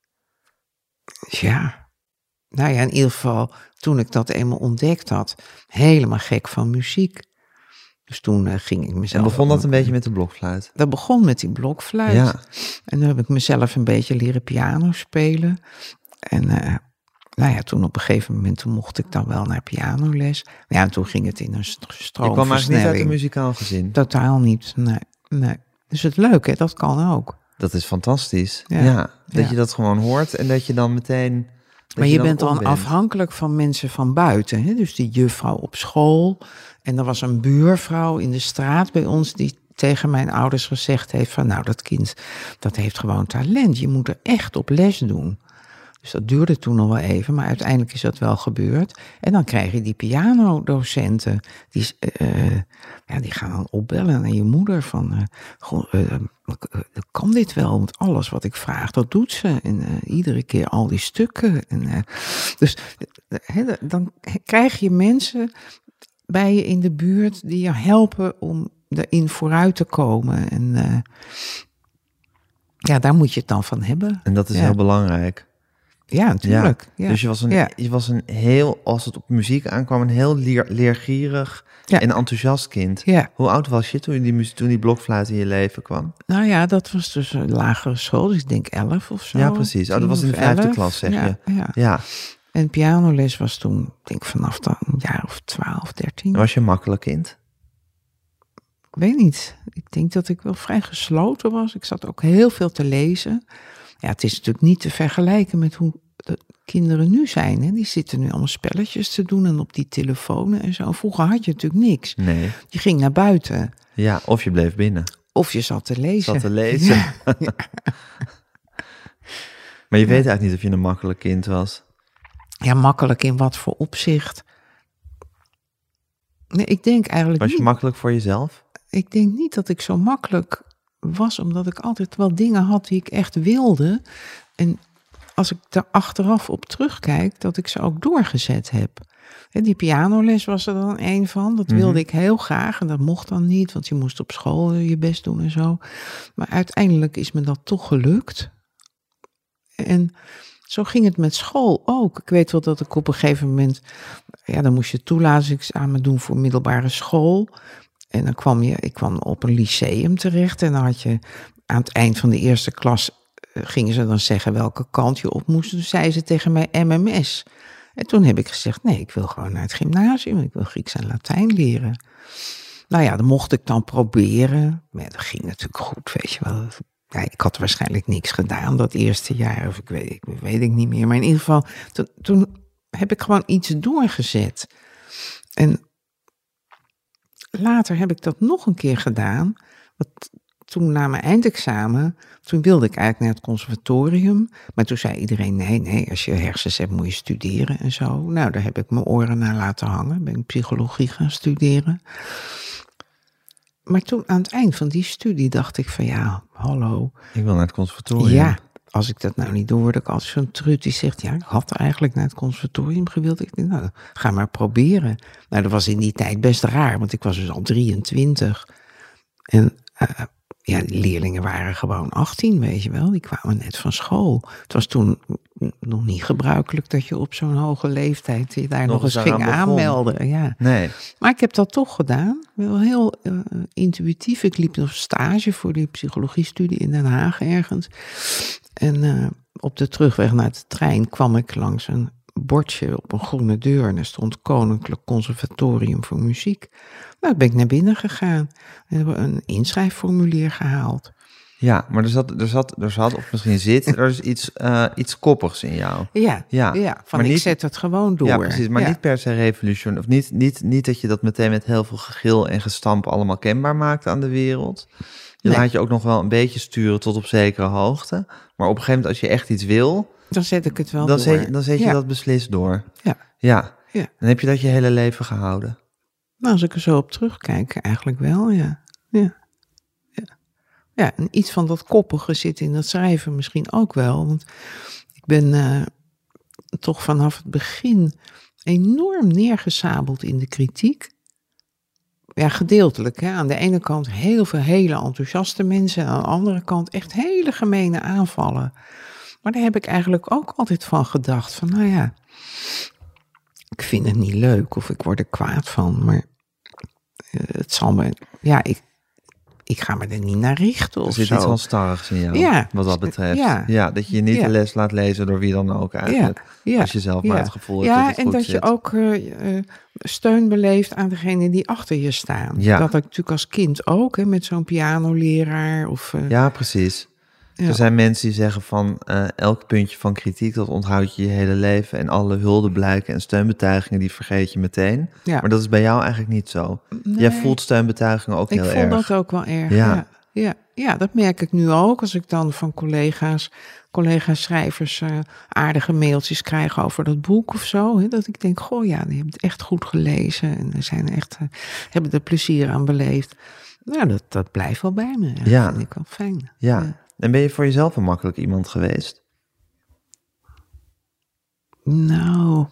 Ja, nou ja, in ieder geval toen ik dat eenmaal ontdekt had, helemaal gek van muziek. Dus toen ging ik mezelf... En begon dat een beetje met de blokfluit? Dat begon met die blokfluit. Ja. En dan heb ik mezelf een beetje leren piano spelen. En nou ja, toen op een gegeven moment mocht ik dan wel naar pianoles. Ja, en toen ging het in een stroomversnelling. Je kwam eigenlijk niet uit een muzikaal gezin? Totaal niet, nee. Dus het leuk, hè, dat kan ook. Dat is fantastisch. Ja, dat je dat gewoon hoort en dat je dan meteen... Maar je bent dan afhankelijk van mensen van buiten. Hè? Dus die juffrouw op school. En er was een buurvrouw in de straat bij ons die tegen mijn ouders gezegd heeft van... nou, dat kind, dat heeft gewoon talent. Je moet er echt op les doen. Dus dat duurde toen nog wel even, maar uiteindelijk is dat wel gebeurd. En dan krijg je die pianodocenten, die gaan dan opbellen naar je moeder van... kan dit wel, want alles wat ik vraag, dat doet ze. En iedere keer al die stukken. Dus dan krijg je mensen bij je in de buurt die je helpen om erin vooruit te komen. En daar moet je het dan van hebben. En dat is heel belangrijk. Ja, natuurlijk. Ja. Dus je was een heel, als het op muziek aankwam, een heel leergierig en enthousiast kind. Ja. Hoe oud was je toen die blokfluit in je leven kwam? Nou ja, dat was dus een lagere school, dus ik denk 11 of zo. Ja, precies. Dat was in de 5e klas, zeg je. Ja. En pianoles was toen, ik denk vanaf dan een jaar of 12, 13. Was je een makkelijk kind? Ik weet niet. Ik denk dat ik wel vrij gesloten was. Ik zat ook heel veel te lezen. Ja, het is natuurlijk niet te vergelijken met hoe de kinderen nu zijn. Hè? Die zitten nu allemaal spelletjes te doen en op die telefoons en zo. Vroeger had je natuurlijk niks. Nee. Je ging naar buiten. Ja, of je bleef binnen. Of je zat te lezen. Ja. Maar je weet eigenlijk niet of je een makkelijk kind was. Ja, makkelijk in wat voor opzicht? Nee, ik denk eigenlijk Was je niet. Makkelijk voor jezelf? ik denk niet dat ik zo makkelijk was, omdat ik altijd wel dingen had die ik echt wilde. En als ik daar achteraf op terugkijk, dat ik ze ook doorgezet heb. Die pianoles was er dan een van. Dat wilde ik heel graag en dat mocht dan niet, want je moest op school je best doen en zo. Maar uiteindelijk is me dat toch gelukt. En zo ging het met school ook. Ik weet wel dat ik op een gegeven moment, dan moest je toelatingsexamen doen voor middelbare school. En dan ik kwam op een lyceum terecht en dan had je aan het eind van de eerste klas, gingen ze dan zeggen welke kant je op moest. Toen zei ze tegen mij MMS. En toen heb ik gezegd, nee, ik wil gewoon naar het gymnasium. Ik wil Grieks en Latijn leren. Nou ja, dat mocht ik dan proberen. Maar dat ging natuurlijk goed, weet je wel. Ja, ik had waarschijnlijk niks gedaan dat eerste jaar. Of weet ik niet meer. Maar in ieder geval, toen heb ik gewoon iets doorgezet. En later heb ik dat nog een keer gedaan. Toen na mijn eindexamen, toen wilde ik eigenlijk naar het conservatorium. Maar toen zei iedereen, nee, als je hersens hebt moet je studeren en zo. Nou, daar heb ik mijn oren naar laten hangen. Ben ik psychologie gaan studeren. Maar toen aan het eind van die studie dacht ik van hallo. Ik wil naar het conservatorium. Ja, als ik dat nou niet doe, word ik altijd zo'n trut die zegt, ik had eigenlijk naar het conservatorium gewild. Ik denk, nou, ga maar proberen. Nou, dat was in die tijd best raar, want ik was dus al 23. En die leerlingen waren gewoon 18, weet je wel. Die kwamen net van school. Het was toen nog niet gebruikelijk dat je op zo'n hoge leeftijd je daar nog eens ging aanmelden. Ja. Nee. Maar ik heb dat toch gedaan. Wel heel intuïtief. Ik liep nog stage voor die psychologiestudie in Den Haag ergens. En op de terugweg naar de trein kwam ik langs een bordje op een groene deur. En er stond Koninklijk Conservatorium voor Muziek. Nou, ben ik naar binnen gegaan. En hebben een inschrijfformulier gehaald. Ja, maar er zat of misschien zit er is iets koppigs in jou. Ja, van ik zet het gewoon door. Ja, precies, maar niet per se revolution. Of niet dat je dat meteen met heel veel gegil en gestamp allemaal kenbaar maakt aan de wereld. Je laat je ook nog wel een beetje sturen tot op zekere hoogte. Maar op een gegeven moment als je echt iets wil, dan zet ik het wel door. Dan zet je dat beslist door. Ja. Dan heb je dat je hele leven gehouden. Nou, als ik er zo op terugkijk, eigenlijk wel, ja. Ja, en iets van dat koppige zit in dat schrijven misschien ook wel. Want ik ben toch vanaf het begin enorm neergesabeld in de kritiek. Ja, gedeeltelijk. Hè. Aan de ene kant heel veel hele enthousiaste mensen. En aan de andere kant echt hele gemene aanvallen. Maar daar heb ik eigenlijk ook altijd van gedacht. Van ik vind het niet leuk of ik word er kwaad van. Maar het zal me... Ja, ik ga me er niet naar richten of zo. Er zit iets halsstarrigs in jou, wat dat betreft. Ja, dat je niet de les laat lezen door wie dan ook eigenlijk. Als je zelf maar het gevoel hebt dat het en goed dat zit. je ook steun beleeft aan degene die achter je staan. Ja. Dat ik natuurlijk als kind ook, hè, met zo'n pianoleraar. Ja, precies. Ja. Er zijn mensen die zeggen van elk puntje van kritiek, dat onthoud je je hele leven. En alle huldeblijken en steunbetuigingen, die vergeet je meteen. Ja. Maar dat is bij jou eigenlijk niet zo. Nee. Jij voelt steunbetuigingen ook heel erg. Ik voel dat ook wel erg, ja, dat merk ik nu ook. Als ik dan van collega's schrijvers aardige mailtjes krijg over dat boek of zo. Hè, dat ik denk, die hebben het echt goed gelezen. En hebben er plezier aan beleefd. Nou, dat blijft wel bij me. Dat vind ik wel fijn. Ja. En ben je voor jezelf een makkelijk iemand geweest? Nou,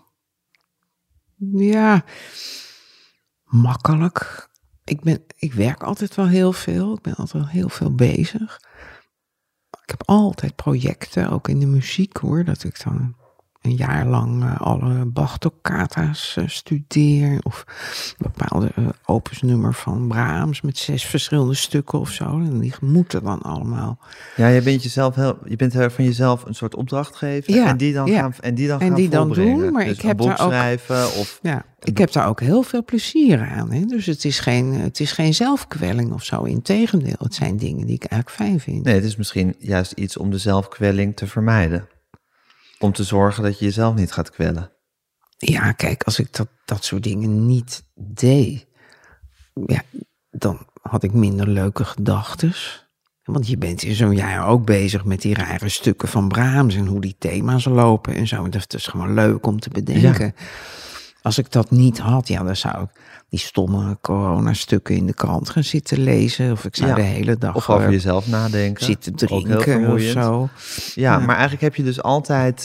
ja, makkelijk. Ik werk altijd wel heel veel. Ik ben altijd wel heel veel bezig. Ik heb altijd projecten, ook in de muziek hoor. Dat ik dan een jaar lang alle Bach-toccata's studeer. Of een bepaalde opusnummer van Brahms met 6 verschillende stukken of zo. En die moeten dan allemaal. Ja, je bent van jezelf een soort opdrachtgever. Ja, en die dan gaan doen. Maar dus ik heb daar ook schrijven of. Ja, ik heb daar ook heel veel plezier aan. Hè? Dus het is geen zelfkwelling of zo. Integendeel, het zijn dingen die ik eigenlijk fijn vind. Nee, het is misschien juist iets om de zelfkwelling te vermijden. Om te zorgen dat je jezelf niet gaat kwellen. Ja, kijk, als ik dat soort dingen niet deed, dan had ik minder leuke gedachtes. Want je bent in zo'n jaar ook bezig met die rare stukken van Brahms en hoe die thema's lopen en zo. Dat is gewoon leuk om te bedenken. Als ik dat niet had, dan zou ik die stomme coronastukken in de krant gaan zitten lezen. Of ik zou de hele dag of over jezelf nadenken. zitten Ook heel drinken of vermoeiend. zo. Ja, maar eigenlijk heb je dus altijd...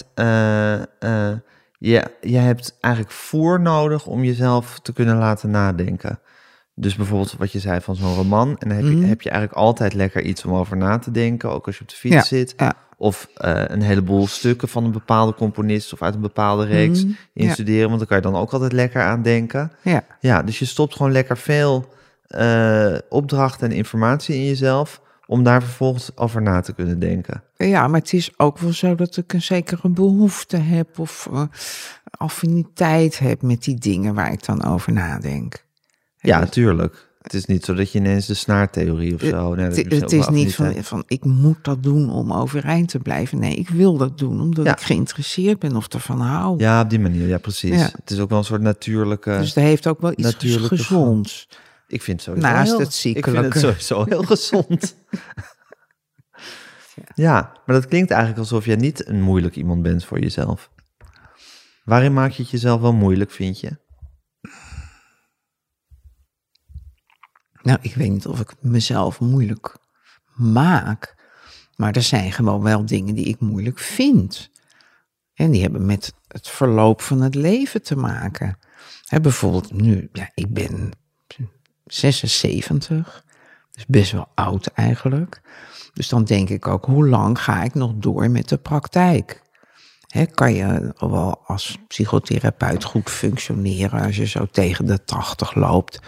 je hebt eigenlijk voer nodig om jezelf te kunnen laten nadenken. Dus bijvoorbeeld wat je zei van zo'n roman. En dan heb je eigenlijk altijd lekker iets om over na te denken. Ook als je op de fiets zit. Ja. Of een heleboel stukken van een bepaalde componist of uit een bepaalde reeks instuderen. Want dan kan je dan ook altijd lekker aan denken. Ja, dus je stopt gewoon lekker veel opdrachten en informatie in jezelf om daar vervolgens over na te kunnen denken. Ja, maar het is ook wel zo dat ik een zekere behoefte heb of affiniteit heb met die dingen waar ik dan over nadenk. Ja, natuurlijk. Het is niet zo dat je ineens de snaartheorie of zo... Het is niet van ik moet dat doen om overeind te blijven. Nee, ik wil dat doen omdat ik geïnteresseerd ben of ervan hou. Ja, op die manier, ja precies. Ja. Het is ook wel een soort natuurlijke... Dus dat heeft ook wel iets gezonds. Ik vind het sowieso naast het ziekelijke. Ik vind het sowieso heel gezond. Ja, maar dat klinkt eigenlijk alsof jij niet een moeilijk iemand bent voor jezelf. Waarin maak je het jezelf wel moeilijk, vind je? Nou, ik weet niet of ik mezelf moeilijk maak. Maar er zijn gewoon wel dingen die ik moeilijk vind. En die hebben met het verloop van het leven te maken. Bijvoorbeeld nu, ik ben 76. Dus best wel oud eigenlijk. Dus dan denk ik ook, hoe lang ga ik nog door met de praktijk? Kan je wel als psychotherapeut goed functioneren als je zo tegen de 80 loopt?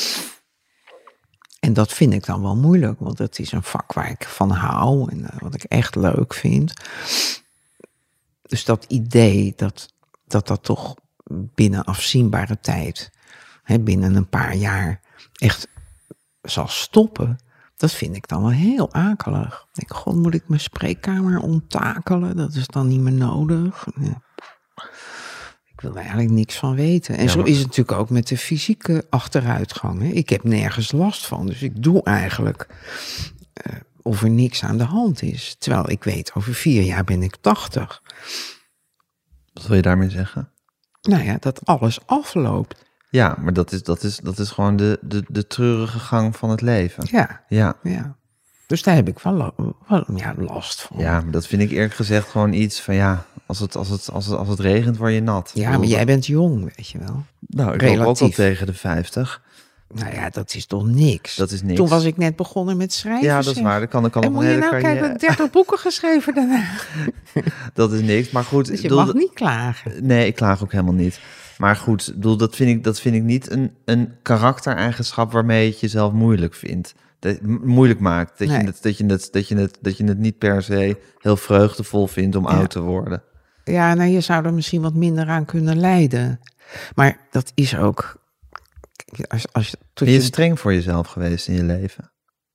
En dat vind ik dan wel moeilijk, want het is een vak waar ik van hou en wat ik echt leuk vind. Dus dat idee dat toch binnen afzienbare tijd, binnen een paar jaar, echt zal stoppen, dat vind ik dan wel heel akelig. Ik denk, god, moet ik mijn spreekkamer onttakelen? Dat is dan niet meer nodig. Ja. Ik wil er eigenlijk niks van weten. En zo is het natuurlijk ook met de fysieke achteruitgang. Ik heb nergens last van, dus ik doe eigenlijk of er niks aan de hand is. Terwijl ik weet, over 4 jaar ben ik 80. Wat wil je daarmee zeggen? Nou ja, dat alles afloopt. Ja, maar dat is gewoon de treurige gang van het leven. Ja. Dus daar heb ik wel last van. Ja, maar dat vind ik eerlijk gezegd gewoon iets van als het regent word je nat. Ja, maar jij bent jong, weet je wel. Nou, ik loop ook al tegen de 50. Nou ja, dat is toch niks? Dat is niks. Toen was ik net begonnen met schrijven. Ja, dat is waar. Dat kan en moet je nou kijken, 30 boeken geschreven daarna. Dat is niks, maar goed. Dus je mag niet klagen. Nee, ik klaag ook helemaal niet. Maar goed, dat vind ik niet een karaktereigenschap waarmee je het jezelf moeilijk vindt. Moeilijk maakt. Dat je het niet per se heel vreugdevol vindt om oud te worden. Ja, nou, je zou er misschien wat minder aan kunnen lijden. Maar dat is ook... Ben je streng voor jezelf geweest in je leven?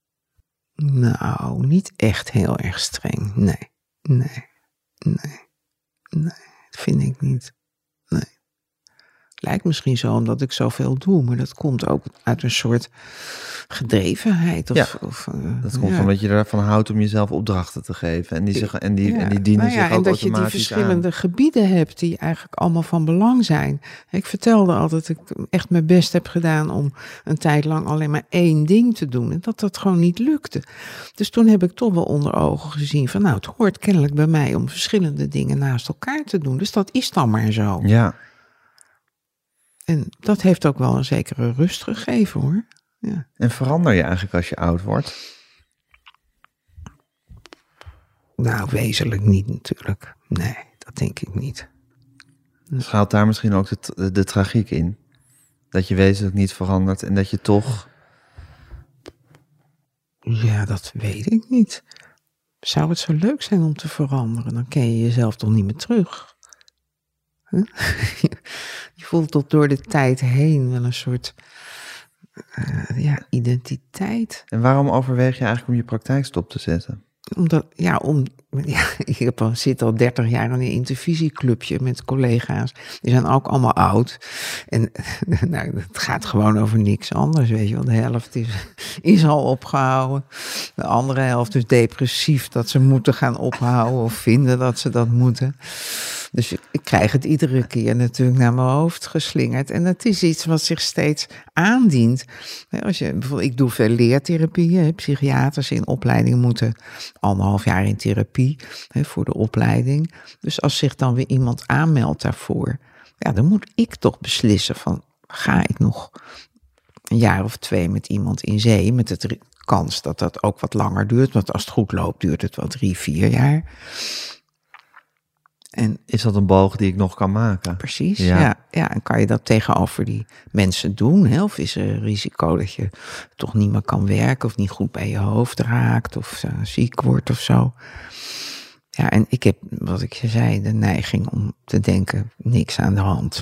Nou, niet echt heel erg streng. Nee. Dat vind ik niet. Nee. Lijkt misschien zo omdat ik zoveel doe, maar dat komt ook uit een soort gedrevenheid. Dat komt omdat je ervan houdt om jezelf opdrachten te geven. En die dienen zich ook automatisch aan. En dat je die verschillende gebieden hebt die eigenlijk allemaal van belang zijn. Ik vertelde altijd dat ik echt mijn best heb gedaan om een tijd lang alleen maar 1 ding te doen. En dat gewoon niet lukte. Dus toen heb ik toch wel onder ogen gezien van het hoort kennelijk bij mij om verschillende dingen naast elkaar te doen. Dus dat is dan maar zo. Ja. En dat heeft ook wel een zekere rust gegeven, hoor. Ja. En verander je eigenlijk als je oud wordt? Nou, wezenlijk niet natuurlijk. Nee, dat denk ik niet. Schuilt daar misschien ook de tragiek in? Dat je wezenlijk niet verandert en dat je toch... Ja, dat weet ik niet. Zou het zo leuk zijn om te veranderen? Dan ken je jezelf toch niet meer terug? Je voelt tot door de tijd heen wel een soort identiteit. En waarom overweeg je eigenlijk om je praktijk stop te zetten? Ik zit al 30 jaar in een intervisieclubje met collega's. Die zijn ook allemaal oud. En het gaat gewoon over niks anders, weet je wel. De helft is al opgehouden. De andere helft is depressief dat ze moeten gaan ophouden of vinden dat ze dat moeten. Dus ik krijg het iedere keer natuurlijk naar mijn hoofd geslingerd. En het is iets wat zich steeds aandient. Als je, bijvoorbeeld, ik doe veel leertherapie. Psychiaters in opleiding moeten 1,5 jaar in therapie voor de opleiding. Dus als zich dan weer iemand aanmeldt daarvoor, ja, dan moet ik toch beslissen van, ga ik nog 1 jaar of 2 met iemand in zee, met de kans dat dat ook wat langer duurt. Want als het goed loopt, duurt het wel 3-4 jaar. En is dat een boog die ik nog kan maken? Precies, ja. En kan je dat tegenover die mensen doen? Hè? Of is er een risico dat je toch niet meer kan werken, of niet goed bij je hoofd raakt, of ziek wordt of zo? Ja, en ik heb, wat ik je zei, de neiging om te denken, niks aan de hand.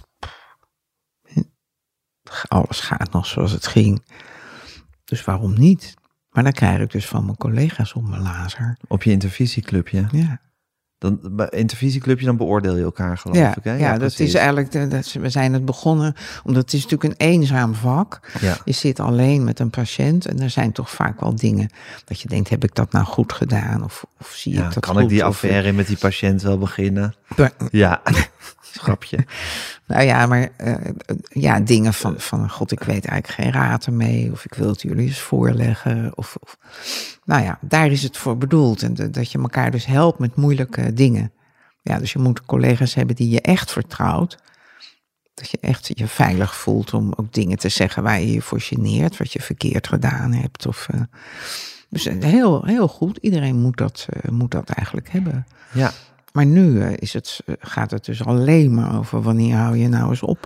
Alles gaat nog zoals het ging. Dus waarom niet? Maar dan krijg ik dus van mijn collega's op mijn lazer. Op je intervisieclubje? Ja. Bij intervisieclubje, dan beoordeel je elkaar, geloof ik. Hè? Ja, dat is eigenlijk, we zijn het begonnen, omdat het is natuurlijk een eenzaam vak. Ja. Je zit alleen met een patiënt en er zijn toch vaak wel dingen dat je denkt, heb ik dat nou goed gedaan? Of zie ik dat kan goed? Ik die affaire met die patiënt wel beginnen? Ja, schrapje. Nou ja, maar dingen van god, ik weet eigenlijk geen raad ermee. Of ik wil het jullie eens voorleggen. Of nou ja, daar is het voor bedoeld. En dat je elkaar dus helpt met moeilijke dingen. Ja, dus je moet collega's hebben die je echt vertrouwt. Dat je echt je veilig voelt om ook dingen te zeggen waar je je voor geneert. Wat je verkeerd gedaan hebt. Dus heel, heel goed. Iedereen moet dat eigenlijk hebben. Ja. Maar nu gaat het dus alleen maar over wanneer hou je nou eens op.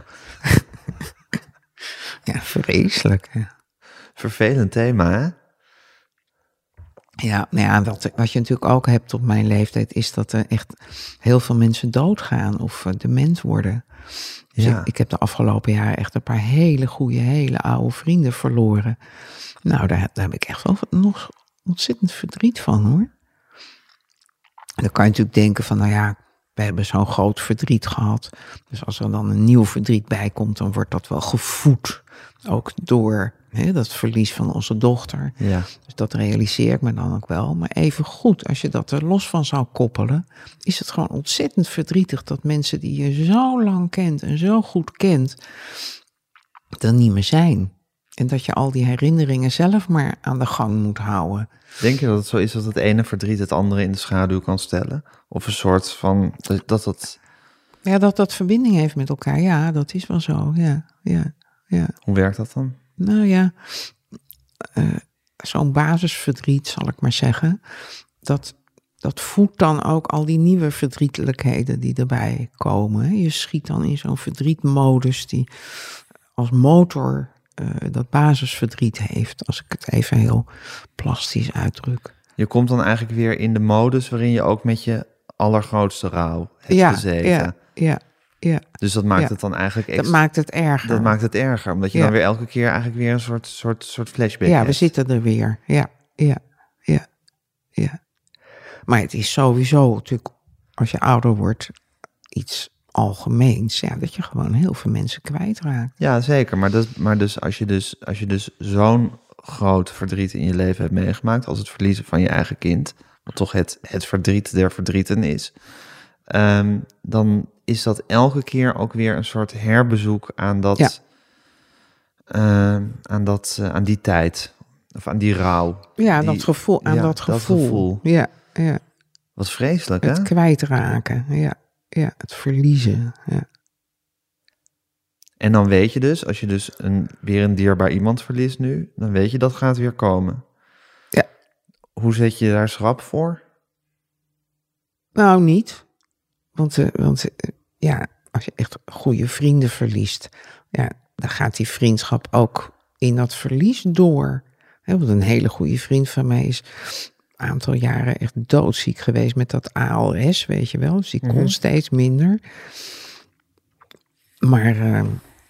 Ja, vreselijk. Hè? Vervelend thema, hè? Ja, nou ja, wat je natuurlijk ook hebt op mijn leeftijd, is dat er echt heel veel mensen doodgaan of dement worden. Dus ja. ik heb de afgelopen jaren echt een paar hele goede, hele oude vrienden verloren. Nou, daar heb ik echt wel nog ontzettend verdriet van, hoor. En dan kan je natuurlijk denken van, nou ja, we hebben zo'n groot verdriet gehad. Dus als er dan een nieuw verdriet bij komt, dan wordt dat wel gevoed. Ook door dat verlies van onze dochter. Ja. Dus dat realiseer ik me dan ook wel. Maar even goed, als je dat er los van zou koppelen, is het gewoon ontzettend verdrietig dat mensen die je zo lang kent en zo goed kent, er niet meer zijn. En dat je al die herinneringen zelf maar aan de gang moet houden. Denk je dat het zo is dat het ene verdriet het andere in de schaduw kan stellen? Of een soort van, dat... Ja, dat verbinding heeft met elkaar. Ja, dat is wel zo. Ja. Hoe werkt dat dan? Nou ja, zo'n basisverdriet, zal ik maar zeggen, dat voedt dan ook al die nieuwe verdrietelijkheden die erbij komen. Je schiet dan in zo'n verdrietmodus die als motor dat basisverdriet heeft, als ik het even heel plastisch uitdruk. Je komt dan eigenlijk weer in de modus waarin je ook met je allergrootste rouw hebt gezeten. Ja. Dus dat maakt het dan eigenlijk... Dat maakt het erger. Dat maakt het erger, omdat je dan weer elke keer eigenlijk weer een soort flashback hebt. we zitten er weer. Ja. Maar het is sowieso natuurlijk, als je ouder wordt, iets algemeens. Ja, dat je gewoon heel veel mensen kwijtraakt. Ja, zeker. Maar dus als je dus zo'n groot verdriet in je leven hebt meegemaakt, als het verliezen van je eigen kind, wat toch het verdriet der verdrieten is, dan is dat elke keer ook weer een soort herbezoek aan aan die tijd. Of aan die rouw. Ja, dat gevoel. Ja. Wat vreselijk, hè? Het kwijtraken, ja, het verliezen, ja. En dan weet je dus, als je dus weer een dierbaar iemand verliest nu, dan weet je dat gaat weer komen. Ja. Hoe zet je daar schrap voor? Nou, niet. Want als je echt goede vrienden verliest, ja, dan gaat die vriendschap ook in dat verlies door. Want een hele goede vriend van mij is een aantal jaren echt doodziek geweest met dat ALS, weet je wel. Dus die kon steeds minder. Maar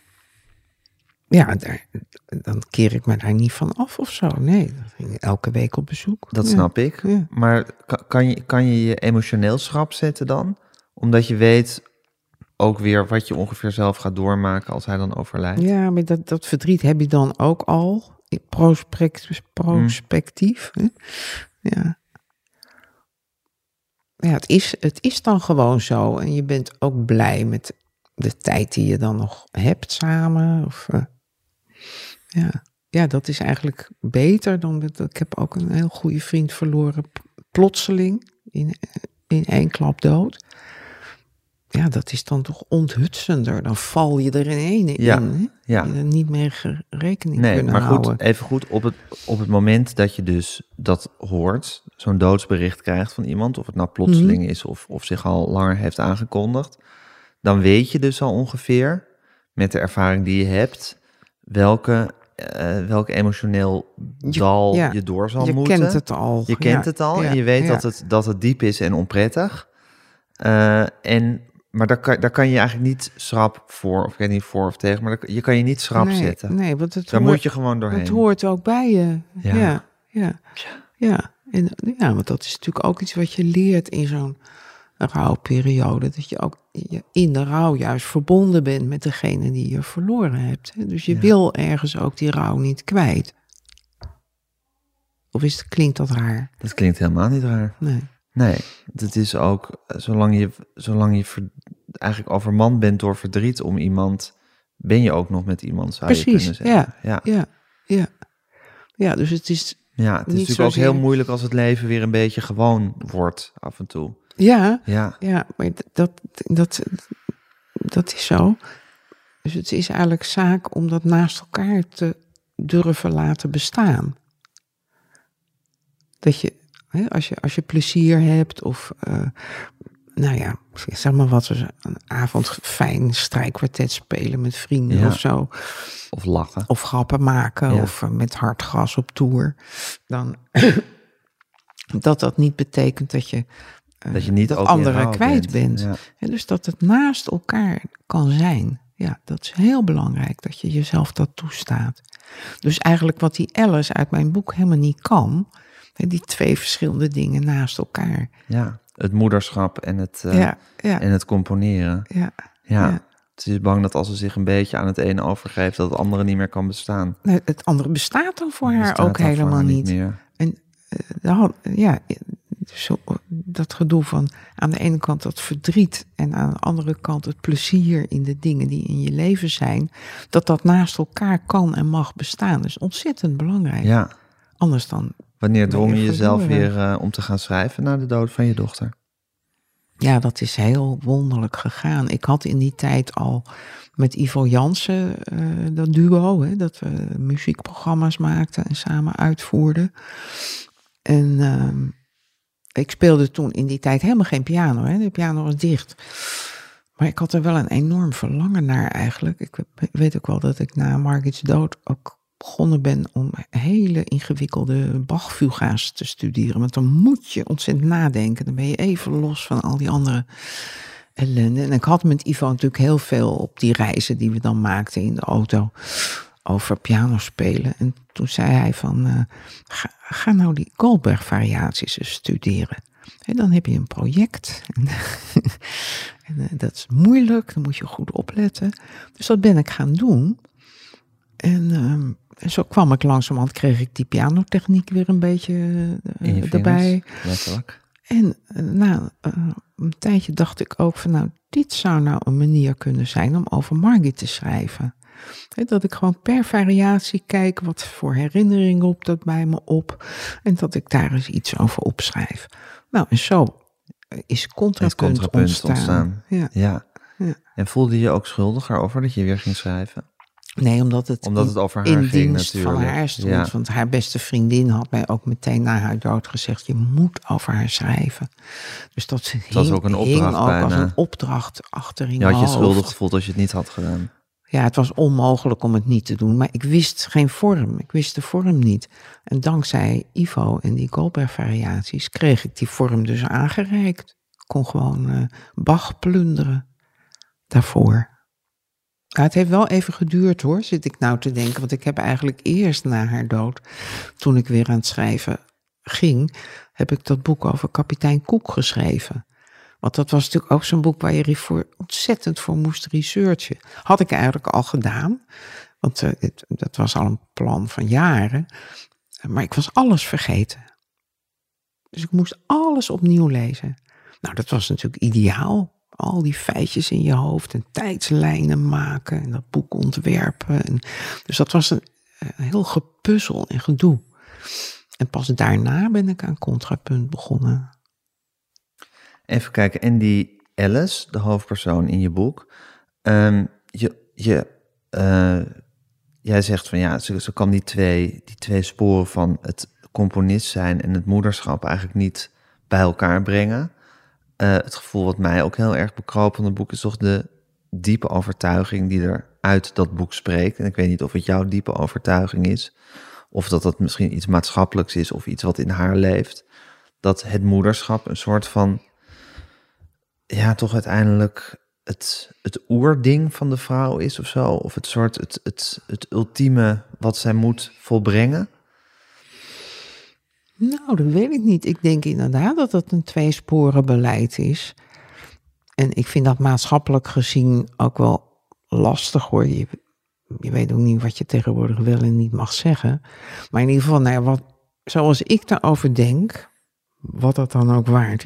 dan keer ik me daar niet van af of zo. Nee, dan ging ik elke week op bezoek. Dat snap ik. Ja. Maar kan je emotioneel schrap zetten dan? Omdat je weet ook weer wat je ongeveer zelf gaat doormaken als hij dan overlijdt. Ja, maar dat verdriet heb je dan ook al. Prospectief. Hè? Ja. Ja, het is dan gewoon zo. En je bent ook blij met de tijd die je dan nog hebt samen. Of, ja, dat is eigenlijk beter dan... Ik heb ook een heel goede vriend verloren. Plotseling, in één klap dood. Ja, dat is dan toch onthutsender. Dan val je er in één in. Ja. Je er niet meer rekening kunnen maar houden. goed, even goed, op het moment dat je dus dat hoort, zo'n doodsbericht krijgt van iemand, of het nou plotseling is of zich al langer heeft aangekondigd, dan weet je dus al ongeveer, met de ervaring die je hebt, welke emotioneel dal je door zal moeten. Je kent het al. Je kent het al en je weet dat het diep is en onprettig. Maar daar kan je eigenlijk niet schrap voor, of ik weet niet voor of tegen, maar je kan je niet schrap zetten. Nee, want daar moet je gewoon doorheen. Het hoort ook bij je. Ja. En want dat is natuurlijk ook iets wat je leert in zo'n rouwperiode. Dat je ook in de rouw juist verbonden bent met degene die je verloren hebt. Dus je wil ergens ook die rouw niet kwijt. Of klinkt dat raar? Dat klinkt helemaal niet raar. Nee, het is ook, zolang je eigenlijk overmand bent door verdriet om iemand, ben je ook nog met iemand, zou je kunnen zeggen. Ja, dus het is... Ja, het is natuurlijk ook heel moeilijk als het leven weer een beetje gewoon wordt af en toe. Ja, maar dat is zo. Dus het is eigenlijk zaak om dat naast elkaar te durven laten bestaan. Dat je, als je plezier hebt of, zeg maar wat, een avond fijn strijkkwartet spelen met vrienden of zo. Of lachen. Of grappen maken of met hard gras op tour. Dan dat niet betekent dat je niet dat anderen kwijt bent. Ja. En dus dat het naast elkaar kan zijn. Ja, dat is heel belangrijk, dat je jezelf dat toestaat. Dus eigenlijk wat die Alice uit mijn boek helemaal niet kan, die twee verschillende dingen naast elkaar. Ja, het moederschap en het componeren. Ja. Ze is bang dat als ze zich een beetje aan het ene overgeeft, dat het andere niet meer kan bestaan. Nee, het andere bestaat dan voor haar ook helemaal niet meer. En dat gedoe van aan de ene kant dat verdriet en aan de andere kant het plezier in de dingen die in je leven zijn, dat naast elkaar kan en mag bestaan. Dat is ontzettend belangrijk. Ja. Anders dan... Wanneer drong je jezelf weer om te gaan schrijven na de dood van je dochter? Ja, dat is heel wonderlijk gegaan. Ik had in die tijd al met Ivo Jansen dat duo, dat we muziekprogramma's maakten en samen uitvoerden. En ik speelde toen in die tijd helemaal geen piano. De piano was dicht. Maar ik had er wel een enorm verlangen naar eigenlijk. Ik weet ook wel dat ik na Margit's dood ook begonnen ben om hele ingewikkelde Bach-fuga's te studeren. Want dan moet je ontzettend nadenken. Dan ben je even los van al die andere ellende. En ik had met Ivo natuurlijk heel veel op die reizen die we dan maakten in de auto over piano spelen. En toen zei hij van, ga nou die Goldberg-variaties eens studeren. En dan heb je een project. En dat is moeilijk, dan moet je goed opletten. Dus dat ben ik gaan doen. En zo kwam ik langzamerhand, kreeg ik die pianotechniek weer een beetje erbij. Letterlijk. En na een tijdje dacht ik ook van, dit zou nou een manier kunnen zijn om over Margit te schrijven. Dat ik gewoon per variatie kijk, wat voor herinnering roept dat bij me op. En dat ik daar eens iets over opschrijf. Nou, en zo is Contrapunt ontstaan. Ja. En voelde je je ook schuldiger over dat je weer ging schrijven? Nee, omdat het over haar in ging dienst natuurlijk. van haar stond. Ja. Want haar beste vriendin had mij ook meteen na haar dood gezegd, je moet over haar schrijven. Dus dat was ook een opdracht bijna. Als een opdracht achterin. Je had je schuldig gevoeld als je het niet had gedaan. Ja, het was onmogelijk om het niet te doen. Maar ik wist geen vorm. Ik wist de vorm niet. En dankzij Ivo en die Goldberg-variaties kreeg ik die vorm dus aangereikt. Ik kon gewoon Bach plunderen daarvoor. Ja, het heeft wel even geduurd hoor, zit ik nou te denken. Want ik heb eigenlijk eerst na haar dood, toen ik weer aan het schrijven ging, heb ik dat boek over kapitein Cook geschreven. Want dat was natuurlijk ook zo'n boek waar je ontzettend voor moest researchen. Had ik eigenlijk al gedaan, want dat was al een plan van jaren. Maar ik was alles vergeten. Dus ik moest alles opnieuw lezen. Nou, dat was natuurlijk ideaal. Al die feitjes in je hoofd en tijdslijnen maken en dat boek ontwerpen. Dus dat was een heel gepuzzel en gedoe. En pas daarna ben ik aan Contrapunt begonnen. Even kijken, en die Alice, de hoofdpersoon in je boek, jij zegt van ja, ze kan die twee sporen van het componist zijn en het moederschap eigenlijk niet bij elkaar brengen. Het gevoel wat mij ook heel erg bekroop van het boek is toch de diepe overtuiging die er uit dat boek spreekt. En ik weet niet of het jouw diepe overtuiging is, of dat misschien iets maatschappelijks is of iets wat in haar leeft. Dat het moederschap een soort van, ja, toch uiteindelijk het oerding van de vrouw is of zo. Of het ultieme wat zij moet volbrengen. Nou, dat weet ik niet. Ik denk inderdaad dat het een tweesporenbeleid is. En ik vind dat maatschappelijk gezien ook wel lastig hoor. Je weet ook niet wat je tegenwoordig wel en niet mag zeggen. Maar in ieder geval, nou ja, zoals ik daarover denk, wat dat dan ook waard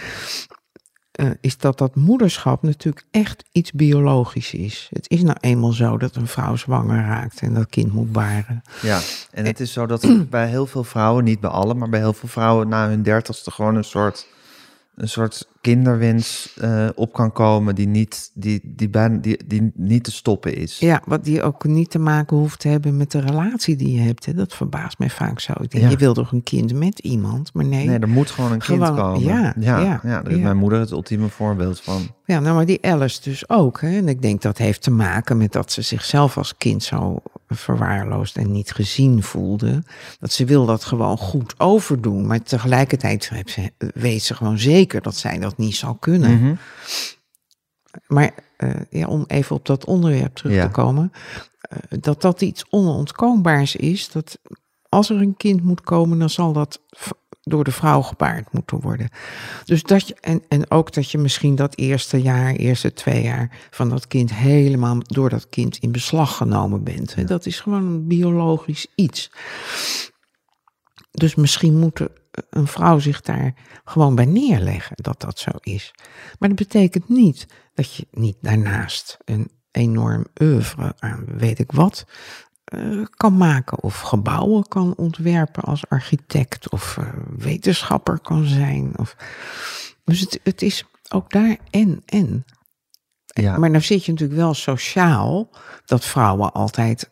is dat moederschap natuurlijk echt iets biologisch is. Het is nou eenmaal zo dat een vrouw zwanger raakt en dat kind moet baren. Ja, en het is zo dat bij heel veel vrouwen, niet bij alle, maar bij heel veel vrouwen na hun 30ste gewoon een soort kinderwens op kan komen die niet te stoppen is. Ja, wat die ook niet te maken hoeft te hebben met de relatie die je hebt. Hè. Dat verbaast mij vaak zo. Ik denk, je wil toch een kind met iemand, maar nee. Nee, er moet gewoon een kind komen. Ja, daar is mijn moeder het ultieme voorbeeld van. Ja, nou, maar die Alice dus ook. Hè. En ik denk dat heeft te maken met dat ze zichzelf als kind zo verwaarloosd en niet gezien voelde. Dat ze wil dat gewoon goed overdoen. Maar tegelijkertijd weet ze gewoon zeker dat zij dat niet zou kunnen. Mm-hmm. Maar om even op dat onderwerp terug te komen, dat iets onontkoombaars is, dat als er een kind moet komen, dan zal dat door de vrouw gebaard moeten worden. Dus dat je, en ook dat je misschien dat eerste 2 jaar van dat kind helemaal door dat kind in beslag genomen bent. Ja. Dat is gewoon een biologisch iets. Dus misschien moet een vrouw zich daar gewoon bij neerleggen dat zo is. Maar dat betekent niet dat je niet daarnaast een enorm oeuvre aan weet ik wat kan maken of gebouwen kan ontwerpen als architect of wetenschapper kan zijn. Dus het is ook daar en. Ja. Maar nou zit je natuurlijk wel sociaal dat vrouwen altijd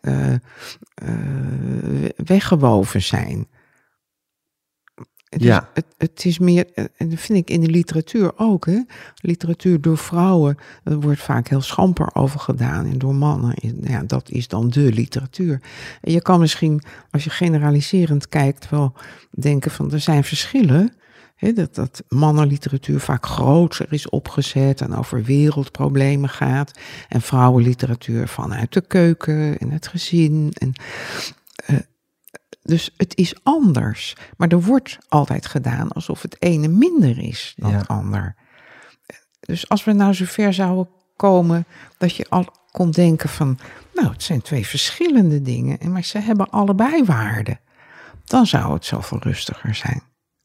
weggewoven zijn. Dus het is meer, en dat vind ik in de literatuur ook, hè. Literatuur door vrouwen, er wordt vaak heel schamper over gedaan. En door mannen, ja, dat is dan de literatuur. En je kan misschien, als je generaliserend kijkt, wel denken van, er zijn verschillen. Hè, dat mannenliteratuur vaak groter is opgezet en over wereldproblemen gaat. En vrouwenliteratuur vanuit de keuken en het gezin en dus het is anders. Maar er wordt altijd gedaan alsof het ene minder is dan het ander. Dus als we nou zover zouden komen dat je al kon denken van, nou, het zijn 2 verschillende dingen, maar ze hebben allebei waarde. Dan zou het zoveel rustiger zijn.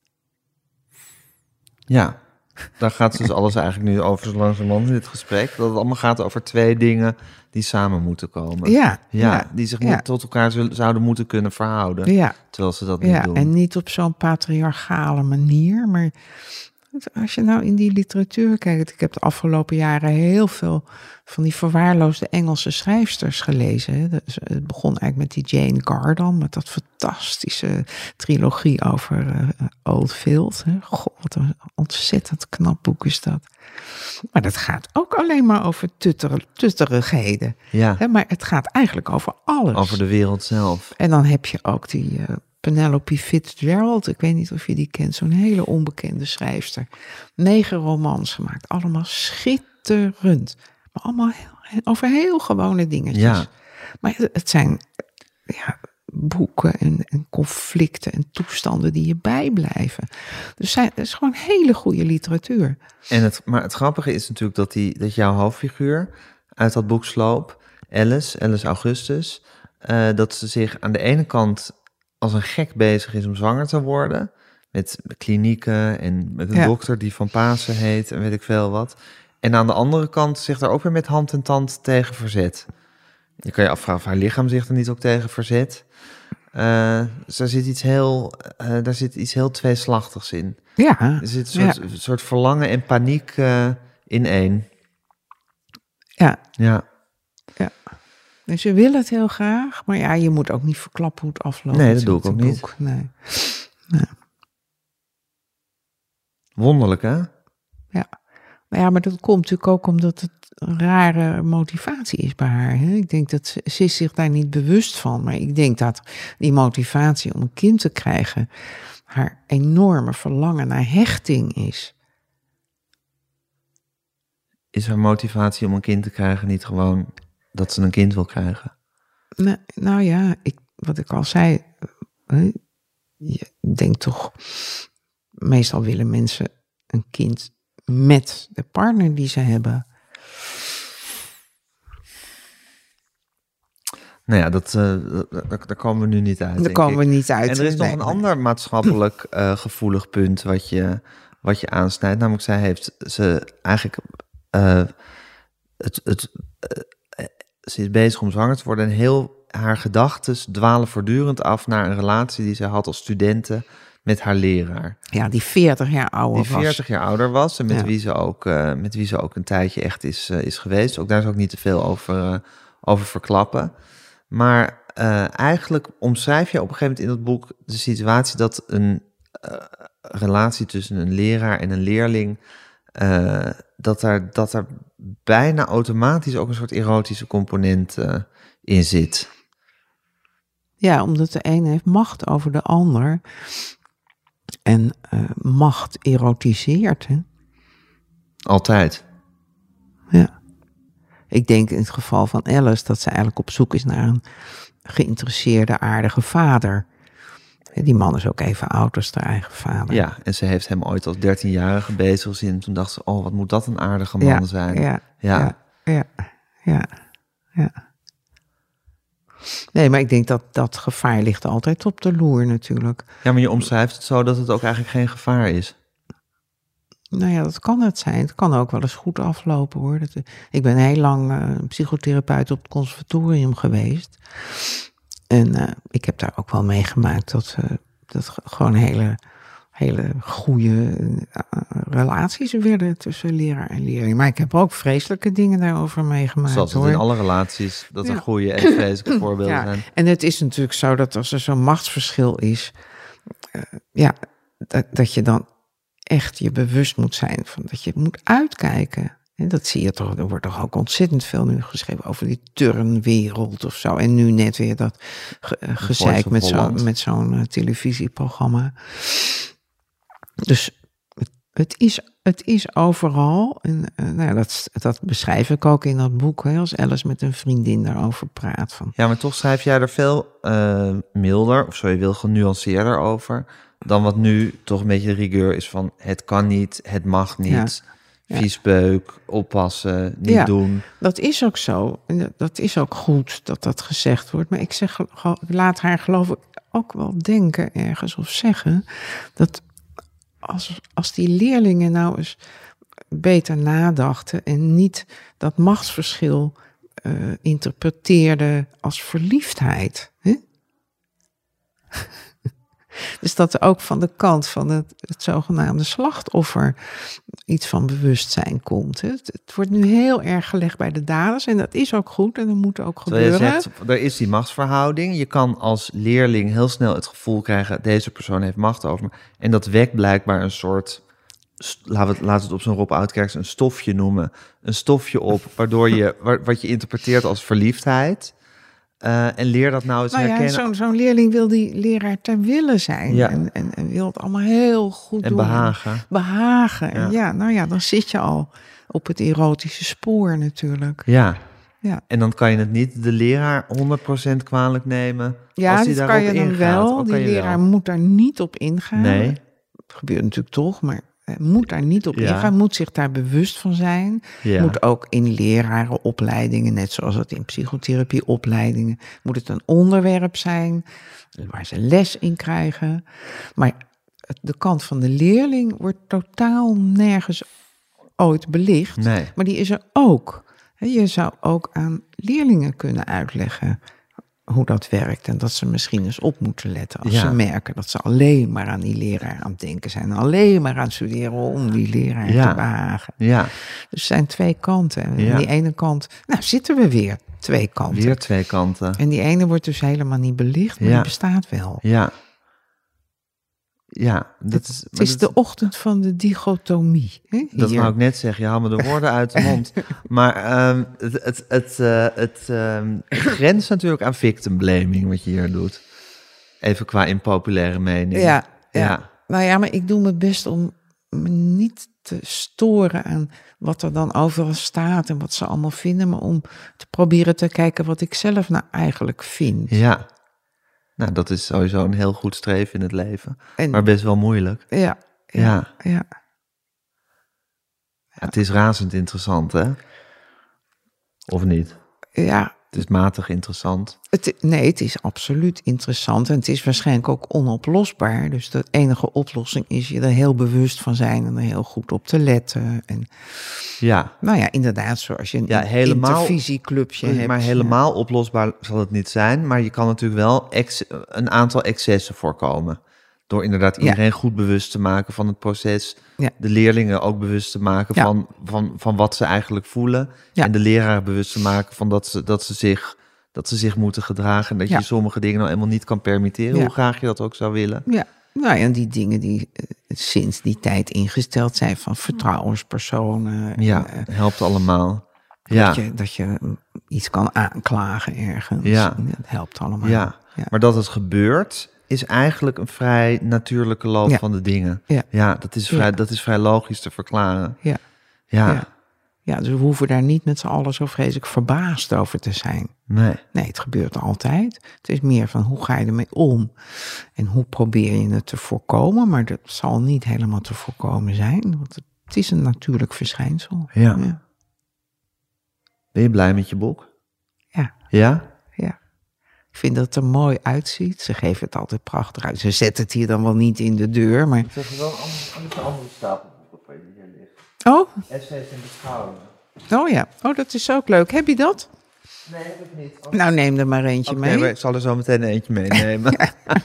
Ja, daar gaat dus alles eigenlijk nu over zo langzamerhand in dit gesprek. Dat het allemaal gaat over 2 dingen die samen moeten komen. Ja, die zich tot elkaar zouden moeten kunnen verhouden. Terwijl ze dat niet doen. En niet op zo'n patriarchale manier. Maar als je nou in die literatuur kijkt. Ik heb de afgelopen jaren heel veel van die verwaarloosde Engelse schrijfsters gelezen. Hè. Dus het begon eigenlijk met die Jane Gardan. Met dat fantastische trilogie over Oldfield. Hè. God, wat een ontzettend knap boek is dat. Maar dat gaat ook alleen maar over tutterigheden. Ja. Hè, maar het gaat eigenlijk over alles. Over de wereld zelf. En dan heb je ook die Penelope Fitzgerald. Ik weet niet of je die kent. Zo'n hele onbekende schrijfster. 9 romans gemaakt. Allemaal schitterend. Maar allemaal over heel gewone dingetjes. Ja. Maar het zijn boeken en conflicten en toestanden die je bijblijven. Dus het is gewoon hele goede literatuur. Maar het grappige is natuurlijk dat jouw hoofdfiguur uit dat boek Sloop, Alice Augustus, dat ze zich aan de ene kant als een gek bezig is om zwanger te worden, met klinieken en met een dokter die Van Pasen heet en weet ik veel wat. En aan de andere kant zich daar ook weer met hand en tand tegen verzet. Je kan je afvragen of haar lichaam zich er niet ook tegen verzet. Dus daar zit iets heel tweeslachtigs in. Ja. Er zit een soort verlangen en paniek in één. Ja. Ja. Ja. Dus ze willen het heel graag, maar ja, je moet ook niet verklappen hoe het afloopt. Nee, dat doe ik ook niet. Nee. Wonderlijk, hè? Ja. Ja, maar dat komt natuurlijk ook omdat het een rare motivatie is bij haar. Hè? Ik denk dat ze is zich daar niet bewust van. Maar ik denk dat die motivatie om een kind te krijgen haar enorme verlangen naar hechting is. Is haar motivatie om een kind te krijgen niet gewoon dat ze een kind wil krijgen? Nou ja, wat ik al zei, je denkt toch, meestal willen mensen een kind met de partner die ze hebben. Nou ja, daar komen we nu niet uit. Daar komen we niet uit. En er is nog een ander maatschappelijk gevoelig punt wat je aansnijdt. Namelijk, zij heeft ze eigenlijk ze is bezig om zwanger te worden en heel haar gedachten dwalen voortdurend af naar een relatie die ze had als studente met haar leraar. Ja, die 40 jaar ouder was. Die 40 jaar ouder was en met wie ze ook een tijdje echt is geweest. Ook daar is ook niet te veel over verklappen. Maar eigenlijk omschrijf je op een gegeven moment in dat boek de situatie dat een relatie tussen een leraar en een leerling, dat er bijna automatisch ook een soort erotische component in zit. Ja, omdat de een heeft macht over de ander. En macht erotiseert, hè? Altijd. Ja. Ik denk in het geval van Alice dat ze eigenlijk op zoek is naar een geïnteresseerde, aardige vader. Die man is ook even oud als haar eigen vader. Ja, en ze heeft hem ooit als 13-jarige bezig gezien. Toen dacht ze, wat moet dat een aardige man zijn. Ja. Nee, maar ik denk dat gevaar ligt altijd op de loer natuurlijk. Ja, maar je omschrijft het zo dat het ook eigenlijk geen gevaar is. Nou ja, dat kan het zijn. Het kan ook wel eens goed aflopen, hoor. Ik ben heel lang psychotherapeut op het conservatorium geweest. En ik heb daar ook wel meegemaakt dat gewoon hele goede relaties werden tussen leraar en leerling. Maar ik heb ook vreselijke dingen daarover meegemaakt. Zoals het in alle relaties, dat er goede en vreselijke voorbeelden zijn. En het is natuurlijk zo dat als er zo'n machtsverschil is, dat je dan echt je bewust moet zijn van dat je moet uitkijken. En dat zie je toch, er wordt toch ook ontzettend veel nu geschreven over die turnwereld of zo. En nu net weer dat gezeik met zo'n televisieprogramma. Dus het is overal. En dat beschrijf ik ook in dat boek, hè, als Alice met een vriendin daarover praat. Van. Ja, maar toch schrijf jij er veel milder, of zo je wil, genuanceerder over, dan wat nu toch een beetje de rigueur is van het kan niet, het mag niet, viespeuk, oppassen, niet doen. Dat is ook zo. En dat is ook goed dat dat gezegd wordt. Maar ik laat haar geloof ik ook wel denken ergens of zeggen dat als die leerlingen nou eens beter nadachten en niet dat machtsverschil interpreteerden als verliefdheid. Hè? Dus dat er ook van de kant van het zogenaamde slachtoffer iets van bewustzijn komt. Hè? Het wordt nu heel erg gelegd bij de daders en dat is ook goed en dat moet ook gebeuren. Je zegt, er is die machtsverhouding. Je kan als leerling heel snel het gevoel krijgen, deze persoon heeft macht over me. En dat wekt blijkbaar een soort, laten we het op zo'n Rob Oudkerks een stofje noemen. Een stofje op, waardoor wat je interpreteert als verliefdheid. En leer dat nou eens herkennen. Ja, zo'n leerling wil die leraar ter wille zijn. Ja. En wil het allemaal heel goed doen. En behagen. Ja. Dan zit je al op het erotische spoor natuurlijk. Ja. En dan kan je het niet de leraar 100% kwalijk nemen. Ja, als die dat kan je dan wel. Die leraar moet daar niet op ingaan. Nee. Dat gebeurt natuurlijk toch, maar moet daar niet op ingaan, moet zich daar bewust van zijn. Moet ook in lerarenopleidingen, net zoals het in psychotherapieopleidingen, moet het een onderwerp zijn waar ze les in krijgen. Maar de kant van de leerling wordt totaal nergens ooit belicht. Nee. Maar die is er ook. Je zou ook aan leerlingen kunnen uitleggen hoe dat werkt. En dat ze misschien eens op moeten letten als ze merken dat ze alleen maar aan die leraar aan het denken zijn. En alleen maar aan het studeren om die leraar te behagen. Ja. Dus er zijn twee kanten. En aan die ene kant, zitten we weer twee kanten. Weer twee kanten. En die ene wordt dus helemaal niet belicht, maar die bestaat wel. Ja. Ja, het is de ochtend van de dichotomie. Hè, dat wou ik net zeggen, je haalt me de woorden uit de mond. Maar het grenst natuurlijk aan victim blaming wat je hier doet. Even qua impopulaire mening. Ja. Nou ja, maar ik doe mijn best om me niet te storen aan wat er dan overal staat en wat ze allemaal vinden. Maar om te proberen te kijken wat ik zelf nou eigenlijk vind. Ja. Nou, dat is sowieso een heel goed streven in het leven. Maar best wel moeilijk. Ja. Het is razend interessant, hè? Of niet? Ja. Het is matig interessant. Het is absoluut interessant. En het is waarschijnlijk ook onoplosbaar. Dus de enige oplossing is je er heel bewust van zijn en er heel goed op te letten. En, nou ja, inderdaad, zoals je een intervisieclubje hebt. Maar helemaal oplosbaar zal het niet zijn. Maar je kan natuurlijk wel een aantal excessen voorkomen. Door inderdaad iedereen goed bewust te maken van het proces. Ja. De leerlingen ook bewust te maken van wat ze eigenlijk voelen. Ja. En de leraar bewust te maken van dat ze zich moeten gedragen. En dat je sommige dingen nou eenmaal niet kan permitteren. Hoe graag je dat ook zou willen. Ja. Nou ja, die dingen die sinds die tijd ingesteld zijn van vertrouwenspersonen. Ja, helpt allemaal. Dat je iets kan aanklagen ergens. Ja. Dat helpt allemaal. Ja. Maar dat het gebeurt is eigenlijk een vrij natuurlijke loop van de dingen. Ja, dat is vrij logisch te verklaren. Ja, dus we hoeven daar niet met z'n allen zo vreselijk verbaasd over te zijn. Nee, het gebeurt altijd. Het is meer van hoe ga je ermee om? En hoe probeer je het te voorkomen? Maar dat zal niet helemaal te voorkomen zijn. Want het is een natuurlijk verschijnsel. Ja. Ben je blij met je boek? Ja. Ja? Ja. Ik vind dat het er mooi uitziet. Ze geven het altijd prachtig uit. Ze zetten het hier dan wel niet in de deur, maar... Zeg je wel een andere stapel boeken die hier liggen. Oh? Essays en beschouwingen. Oh ja. Oh, dat is ook leuk. Heb je dat? Nee, heb ik niet. Oh. Nou, neem er maar eentje mee. Ik zal er zo meteen eentje meenemen.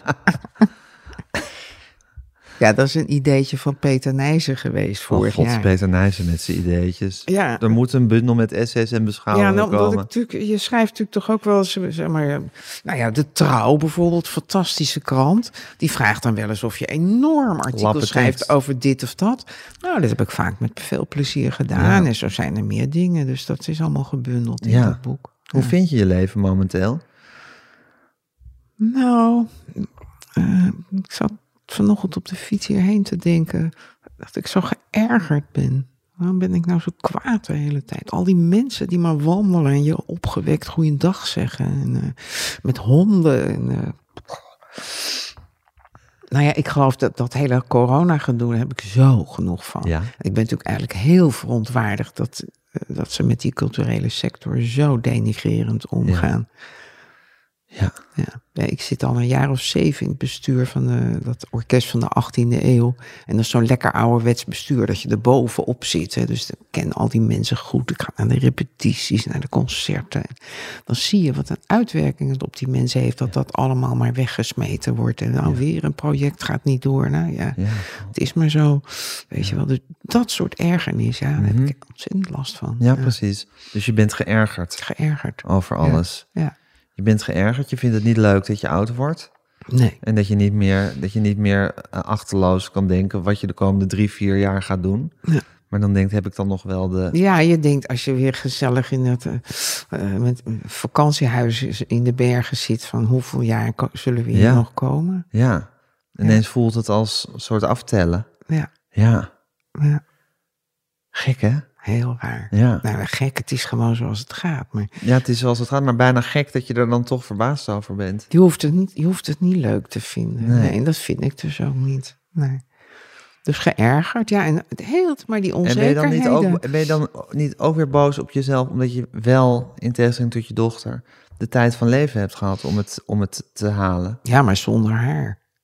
Ja, dat is een ideetje van Peter Nijssen geweest vorig jaar. Peter Nijssen met zijn ideetjes. Ja. Er moet een bundel met essays en beschouwingen komen. Je schrijft natuurlijk toch ook wel eens, zeg maar, nou ja, De Trouw bijvoorbeeld, fantastische krant. Die vraagt dan wel eens of je enorm artikels schrijft over dit of dat. Nou, dat heb ik vaak met veel plezier gedaan. Ja. En zo zijn er meer dingen, dus dat is allemaal gebundeld in dat boek. Hoe vind je je leven momenteel? Nou, ik zat vanochtend op de fiets hierheen te denken dat ik zo geërgerd ben. Waarom ben ik nou zo kwaad de hele tijd? Al die mensen die maar wandelen en je opgewekt goeiedag zeggen. En, met honden. En, nou ja, ik geloof dat hele corona-gedoe, daar heb ik zo genoeg van. Ja. Ik ben natuurlijk eigenlijk heel verontwaardigd dat ze met die culturele sector zo denigrerend omgaan. Ja, ik zit al een jaar of 7 in het bestuur van dat orkest van de 18e eeuw. En dat is zo'n lekker ouderwets bestuur, dat je er bovenop zit. Hè. Dus ik ken al die mensen goed. Ik ga naar de repetities, naar de concerten. En dan zie je wat een uitwerking het op die mensen heeft, dat allemaal maar weggesmeten wordt. En dan weer een project gaat niet door. Nou ja, het is maar zo. Weet je wel, dus dat soort ergernis, daar heb ik ontzettend last van. Ja, precies. Dus je bent geërgerd. Geërgerd. Over alles. Ja. Je bent geërgerd, je vindt het niet leuk dat je oud wordt. Nee. En dat je niet meer achterloos kan denken wat je de komende 3-4 jaar gaat doen. Ja. Maar dan heb ik dan nog wel de... Ja, je denkt als je weer gezellig in het met vakantiehuis in de bergen zit, van hoeveel jaar zullen we hier nog komen? Ja, ineens voelt het als een soort aftellen. Ja. Gek, hè? Heel raar. Ja. Nou, gek, het is gewoon zoals het gaat. Maar... Ja, het is zoals het gaat, maar bijna gek dat je er dan toch verbaasd over bent. Je hoeft het niet leuk te vinden. Nee, dat vind ik dus ook niet. Nee. Dus geërgerd, ja. En maar die onzekerheden. En ben je dan niet ook weer boos op jezelf, omdat je wel, in tegenstelling tot je dochter, de tijd van leven hebt gehad om het te halen? Ja, maar zonder haar.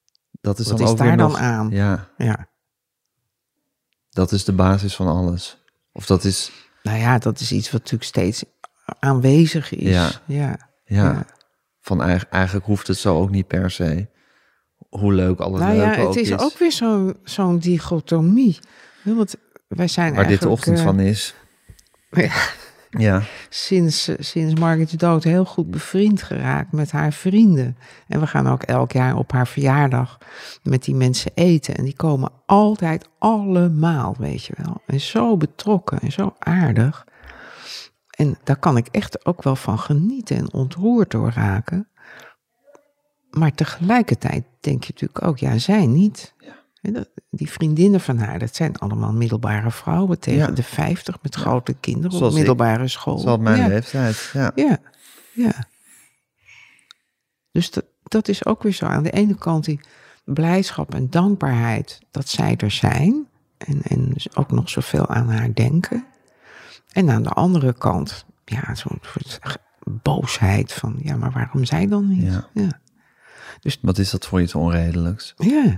Dat is Wat dan is ook daar weer dan nog, aan? Ja, Ja. dat is de basis van alles. Of dat is... Nou ja, dat is iets wat natuurlijk steeds aanwezig is. Ja. Ja. Ja, van eigenlijk hoeft het zo ook niet per se. Hoe leuk al het Nou leuke ja, ook het is ook weer zo'n dichotomie. Want wij zijn Waar dit de eigenlijk, ochtend van is. ja, Ja, sinds Margit's dood heel goed bevriend geraakt met haar vrienden. En we gaan ook elk jaar op haar verjaardag met die mensen eten. En die komen altijd allemaal, weet je wel. En zo betrokken en zo aardig. En daar kan ik echt ook wel van genieten en ontroerd door raken. Maar tegelijkertijd denk je natuurlijk ook, ja, zij niet. Die vriendinnen van haar, dat zijn allemaal middelbare vrouwen tegen de 50 met grote kinderen Zoals op middelbare school. zoals mijn leeftijd. Ja. Ja. Dus dat is ook weer zo. Aan de ene kant die blijdschap en dankbaarheid dat zij er zijn. En dus ook nog zoveel aan haar denken. En aan de andere kant, ja, zo'n soort boosheid van, ja, maar waarom zij dan niet? Ja. Dus, wat is dat voor iets onredelijks? Ja.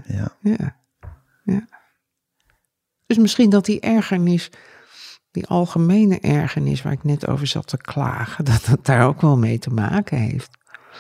Dus misschien dat die ergernis, die algemene ergernis waar ik net over zat te klagen, dat dat daar ook wel mee te maken heeft.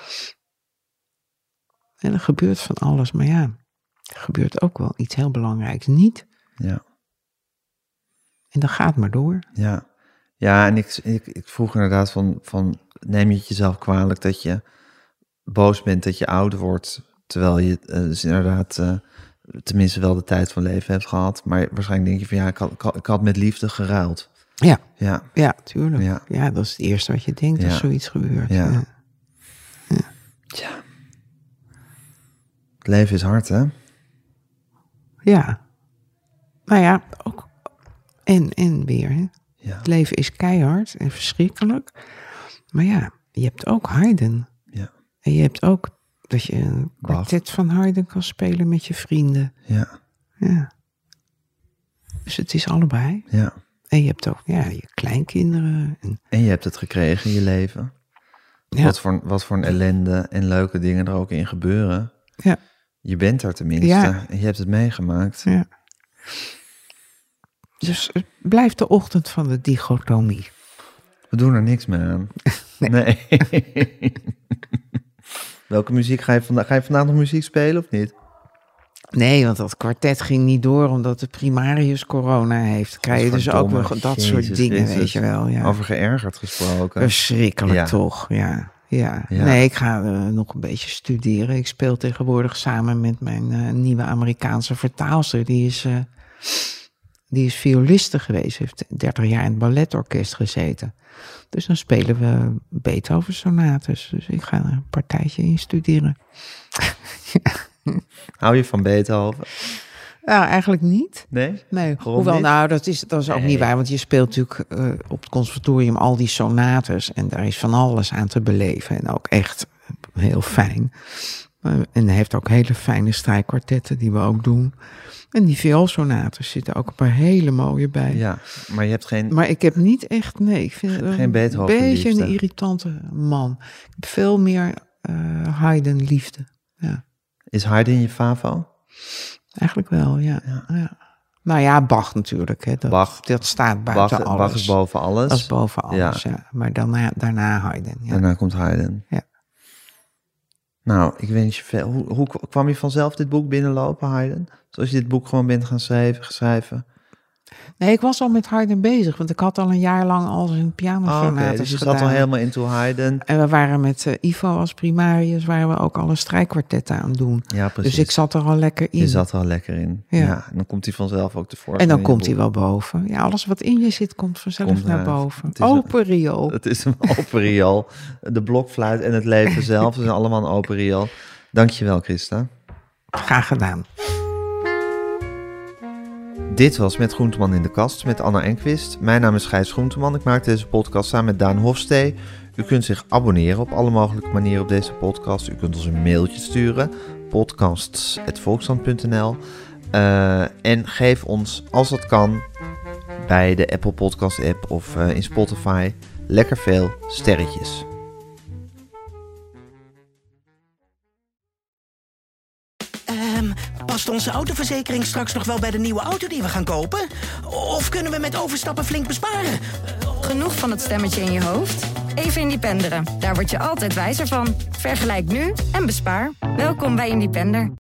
En er gebeurt van alles, maar ja, er gebeurt ook wel iets heel belangrijks niet. Ja. En dat gaat maar door. Ja, en ik vroeg inderdaad van neem je het jezelf kwalijk dat je boos bent dat je ouder wordt, terwijl je dus inderdaad tenminste wel de tijd van leven hebt gehad. Maar waarschijnlijk denk je van ja, ik had met liefde geruild. Ja, tuurlijk. Ja, dat is het eerste wat je denkt als zoiets gebeurt. Ja. Het leven is hard, hè? Ja. Nou ja, ook en weer, hè. Ja. Het leven is keihard en verschrikkelijk. Maar ja, je hebt ook Haydn. Ja. En je hebt ook dat je een kwartet van Haydn kan spelen met je vrienden. Ja. Dus het is allebei. Ja. En je hebt ook je kleinkinderen. En je hebt het gekregen in je leven. Ja. Wat voor een ellende en leuke dingen er ook in gebeuren. Ja. Je bent er tenminste. Ja. En je hebt het meegemaakt. Ja. Dus het blijft de ochtend van de dichotomie. We doen er niks meer aan. Nee. Welke muziek ga je vandaag nog muziek spelen of niet? Nee, want dat kwartet ging niet door omdat de primarius corona heeft. Dan krijg je dus ook nog dat soort dingen, weet je wel. Ja. Over geërgerd gesproken. Verschrikkelijk toch, ja. Nee, ik ga nog een beetje studeren. Ik speel tegenwoordig samen met mijn nieuwe Amerikaanse vertaalster. Die is violiste geweest, heeft 30 jaar in het balletorkest gezeten. Dus dan spelen we Beethoven-sonates. Dus ik ga er een partijtje in studeren. Hou je van Beethoven? Nou, eigenlijk niet. Nee? Hoewel, niet? nou, dat is ook niet waar. Want je speelt natuurlijk op het conservatorium al die sonates. En daar is van alles aan te beleven. En ook echt heel fijn. En hij heeft ook hele fijne strijkkwartetten die we ook doen. En die vioolsonates zitten ook een paar hele mooie bij. Ja, maar je hebt geen... Maar ik heb niet echt, ik vind het geen Beethoven een beetje liefde. een irritante man. Ik heb veel meer Haydn liefde. Ja. Is Haydn je favo? Eigenlijk wel, ja. Nou ja, Bach natuurlijk. Hè. Dat staat buiten alles. Bach is boven alles. Dat is boven alles, ja. Maar daarna Haydn. Ja. Daarna komt Haydn. Ja. Nou, ik wens je veel. Hoe kwam je vanzelf dit boek binnenlopen, Haydn? Zoals je dit boek gewoon bent gaan schrijven? Nee, ik was al met Haydn bezig, want ik had al een jaar lang al zijn pianosonates dus je gedaan. zat al helemaal into Haydn. En we waren met Ivo als primarius, waren we ook alle strijkkwartetten aan het doen. Ja, precies. Dus ik zat er al lekker in. Je zat er al lekker in. Ja. En dan komt hij vanzelf ook tevoorschijn. En dan komt hij wel boven. Ja, alles wat in je zit, komt vanzelf naar boven. Open riool. Het is een open riool. De blokfluit en het leven zelf zijn allemaal een open riool. Dankjewel, Christa. Graag gedaan. Dit was Met Groenteman in de Kast met Anna Enquist. Mijn naam is Gijs Groenteman. Ik maak deze podcast samen met Daan Hofstee. U kunt zich abonneren op alle mogelijke manieren op deze podcast. U kunt ons een mailtje sturen. podcasts@volkskrant.nl En geef ons, als dat kan, bij de Apple Podcast app of in Spotify lekker veel sterretjes. Past onze autoverzekering straks nog wel bij de nieuwe auto die we gaan kopen? Of kunnen we met overstappen flink besparen? Genoeg van het stemmetje in je hoofd? Even Independeren. Daar word je altijd wijzer van. Vergelijk nu en bespaar. Welkom bij Independer.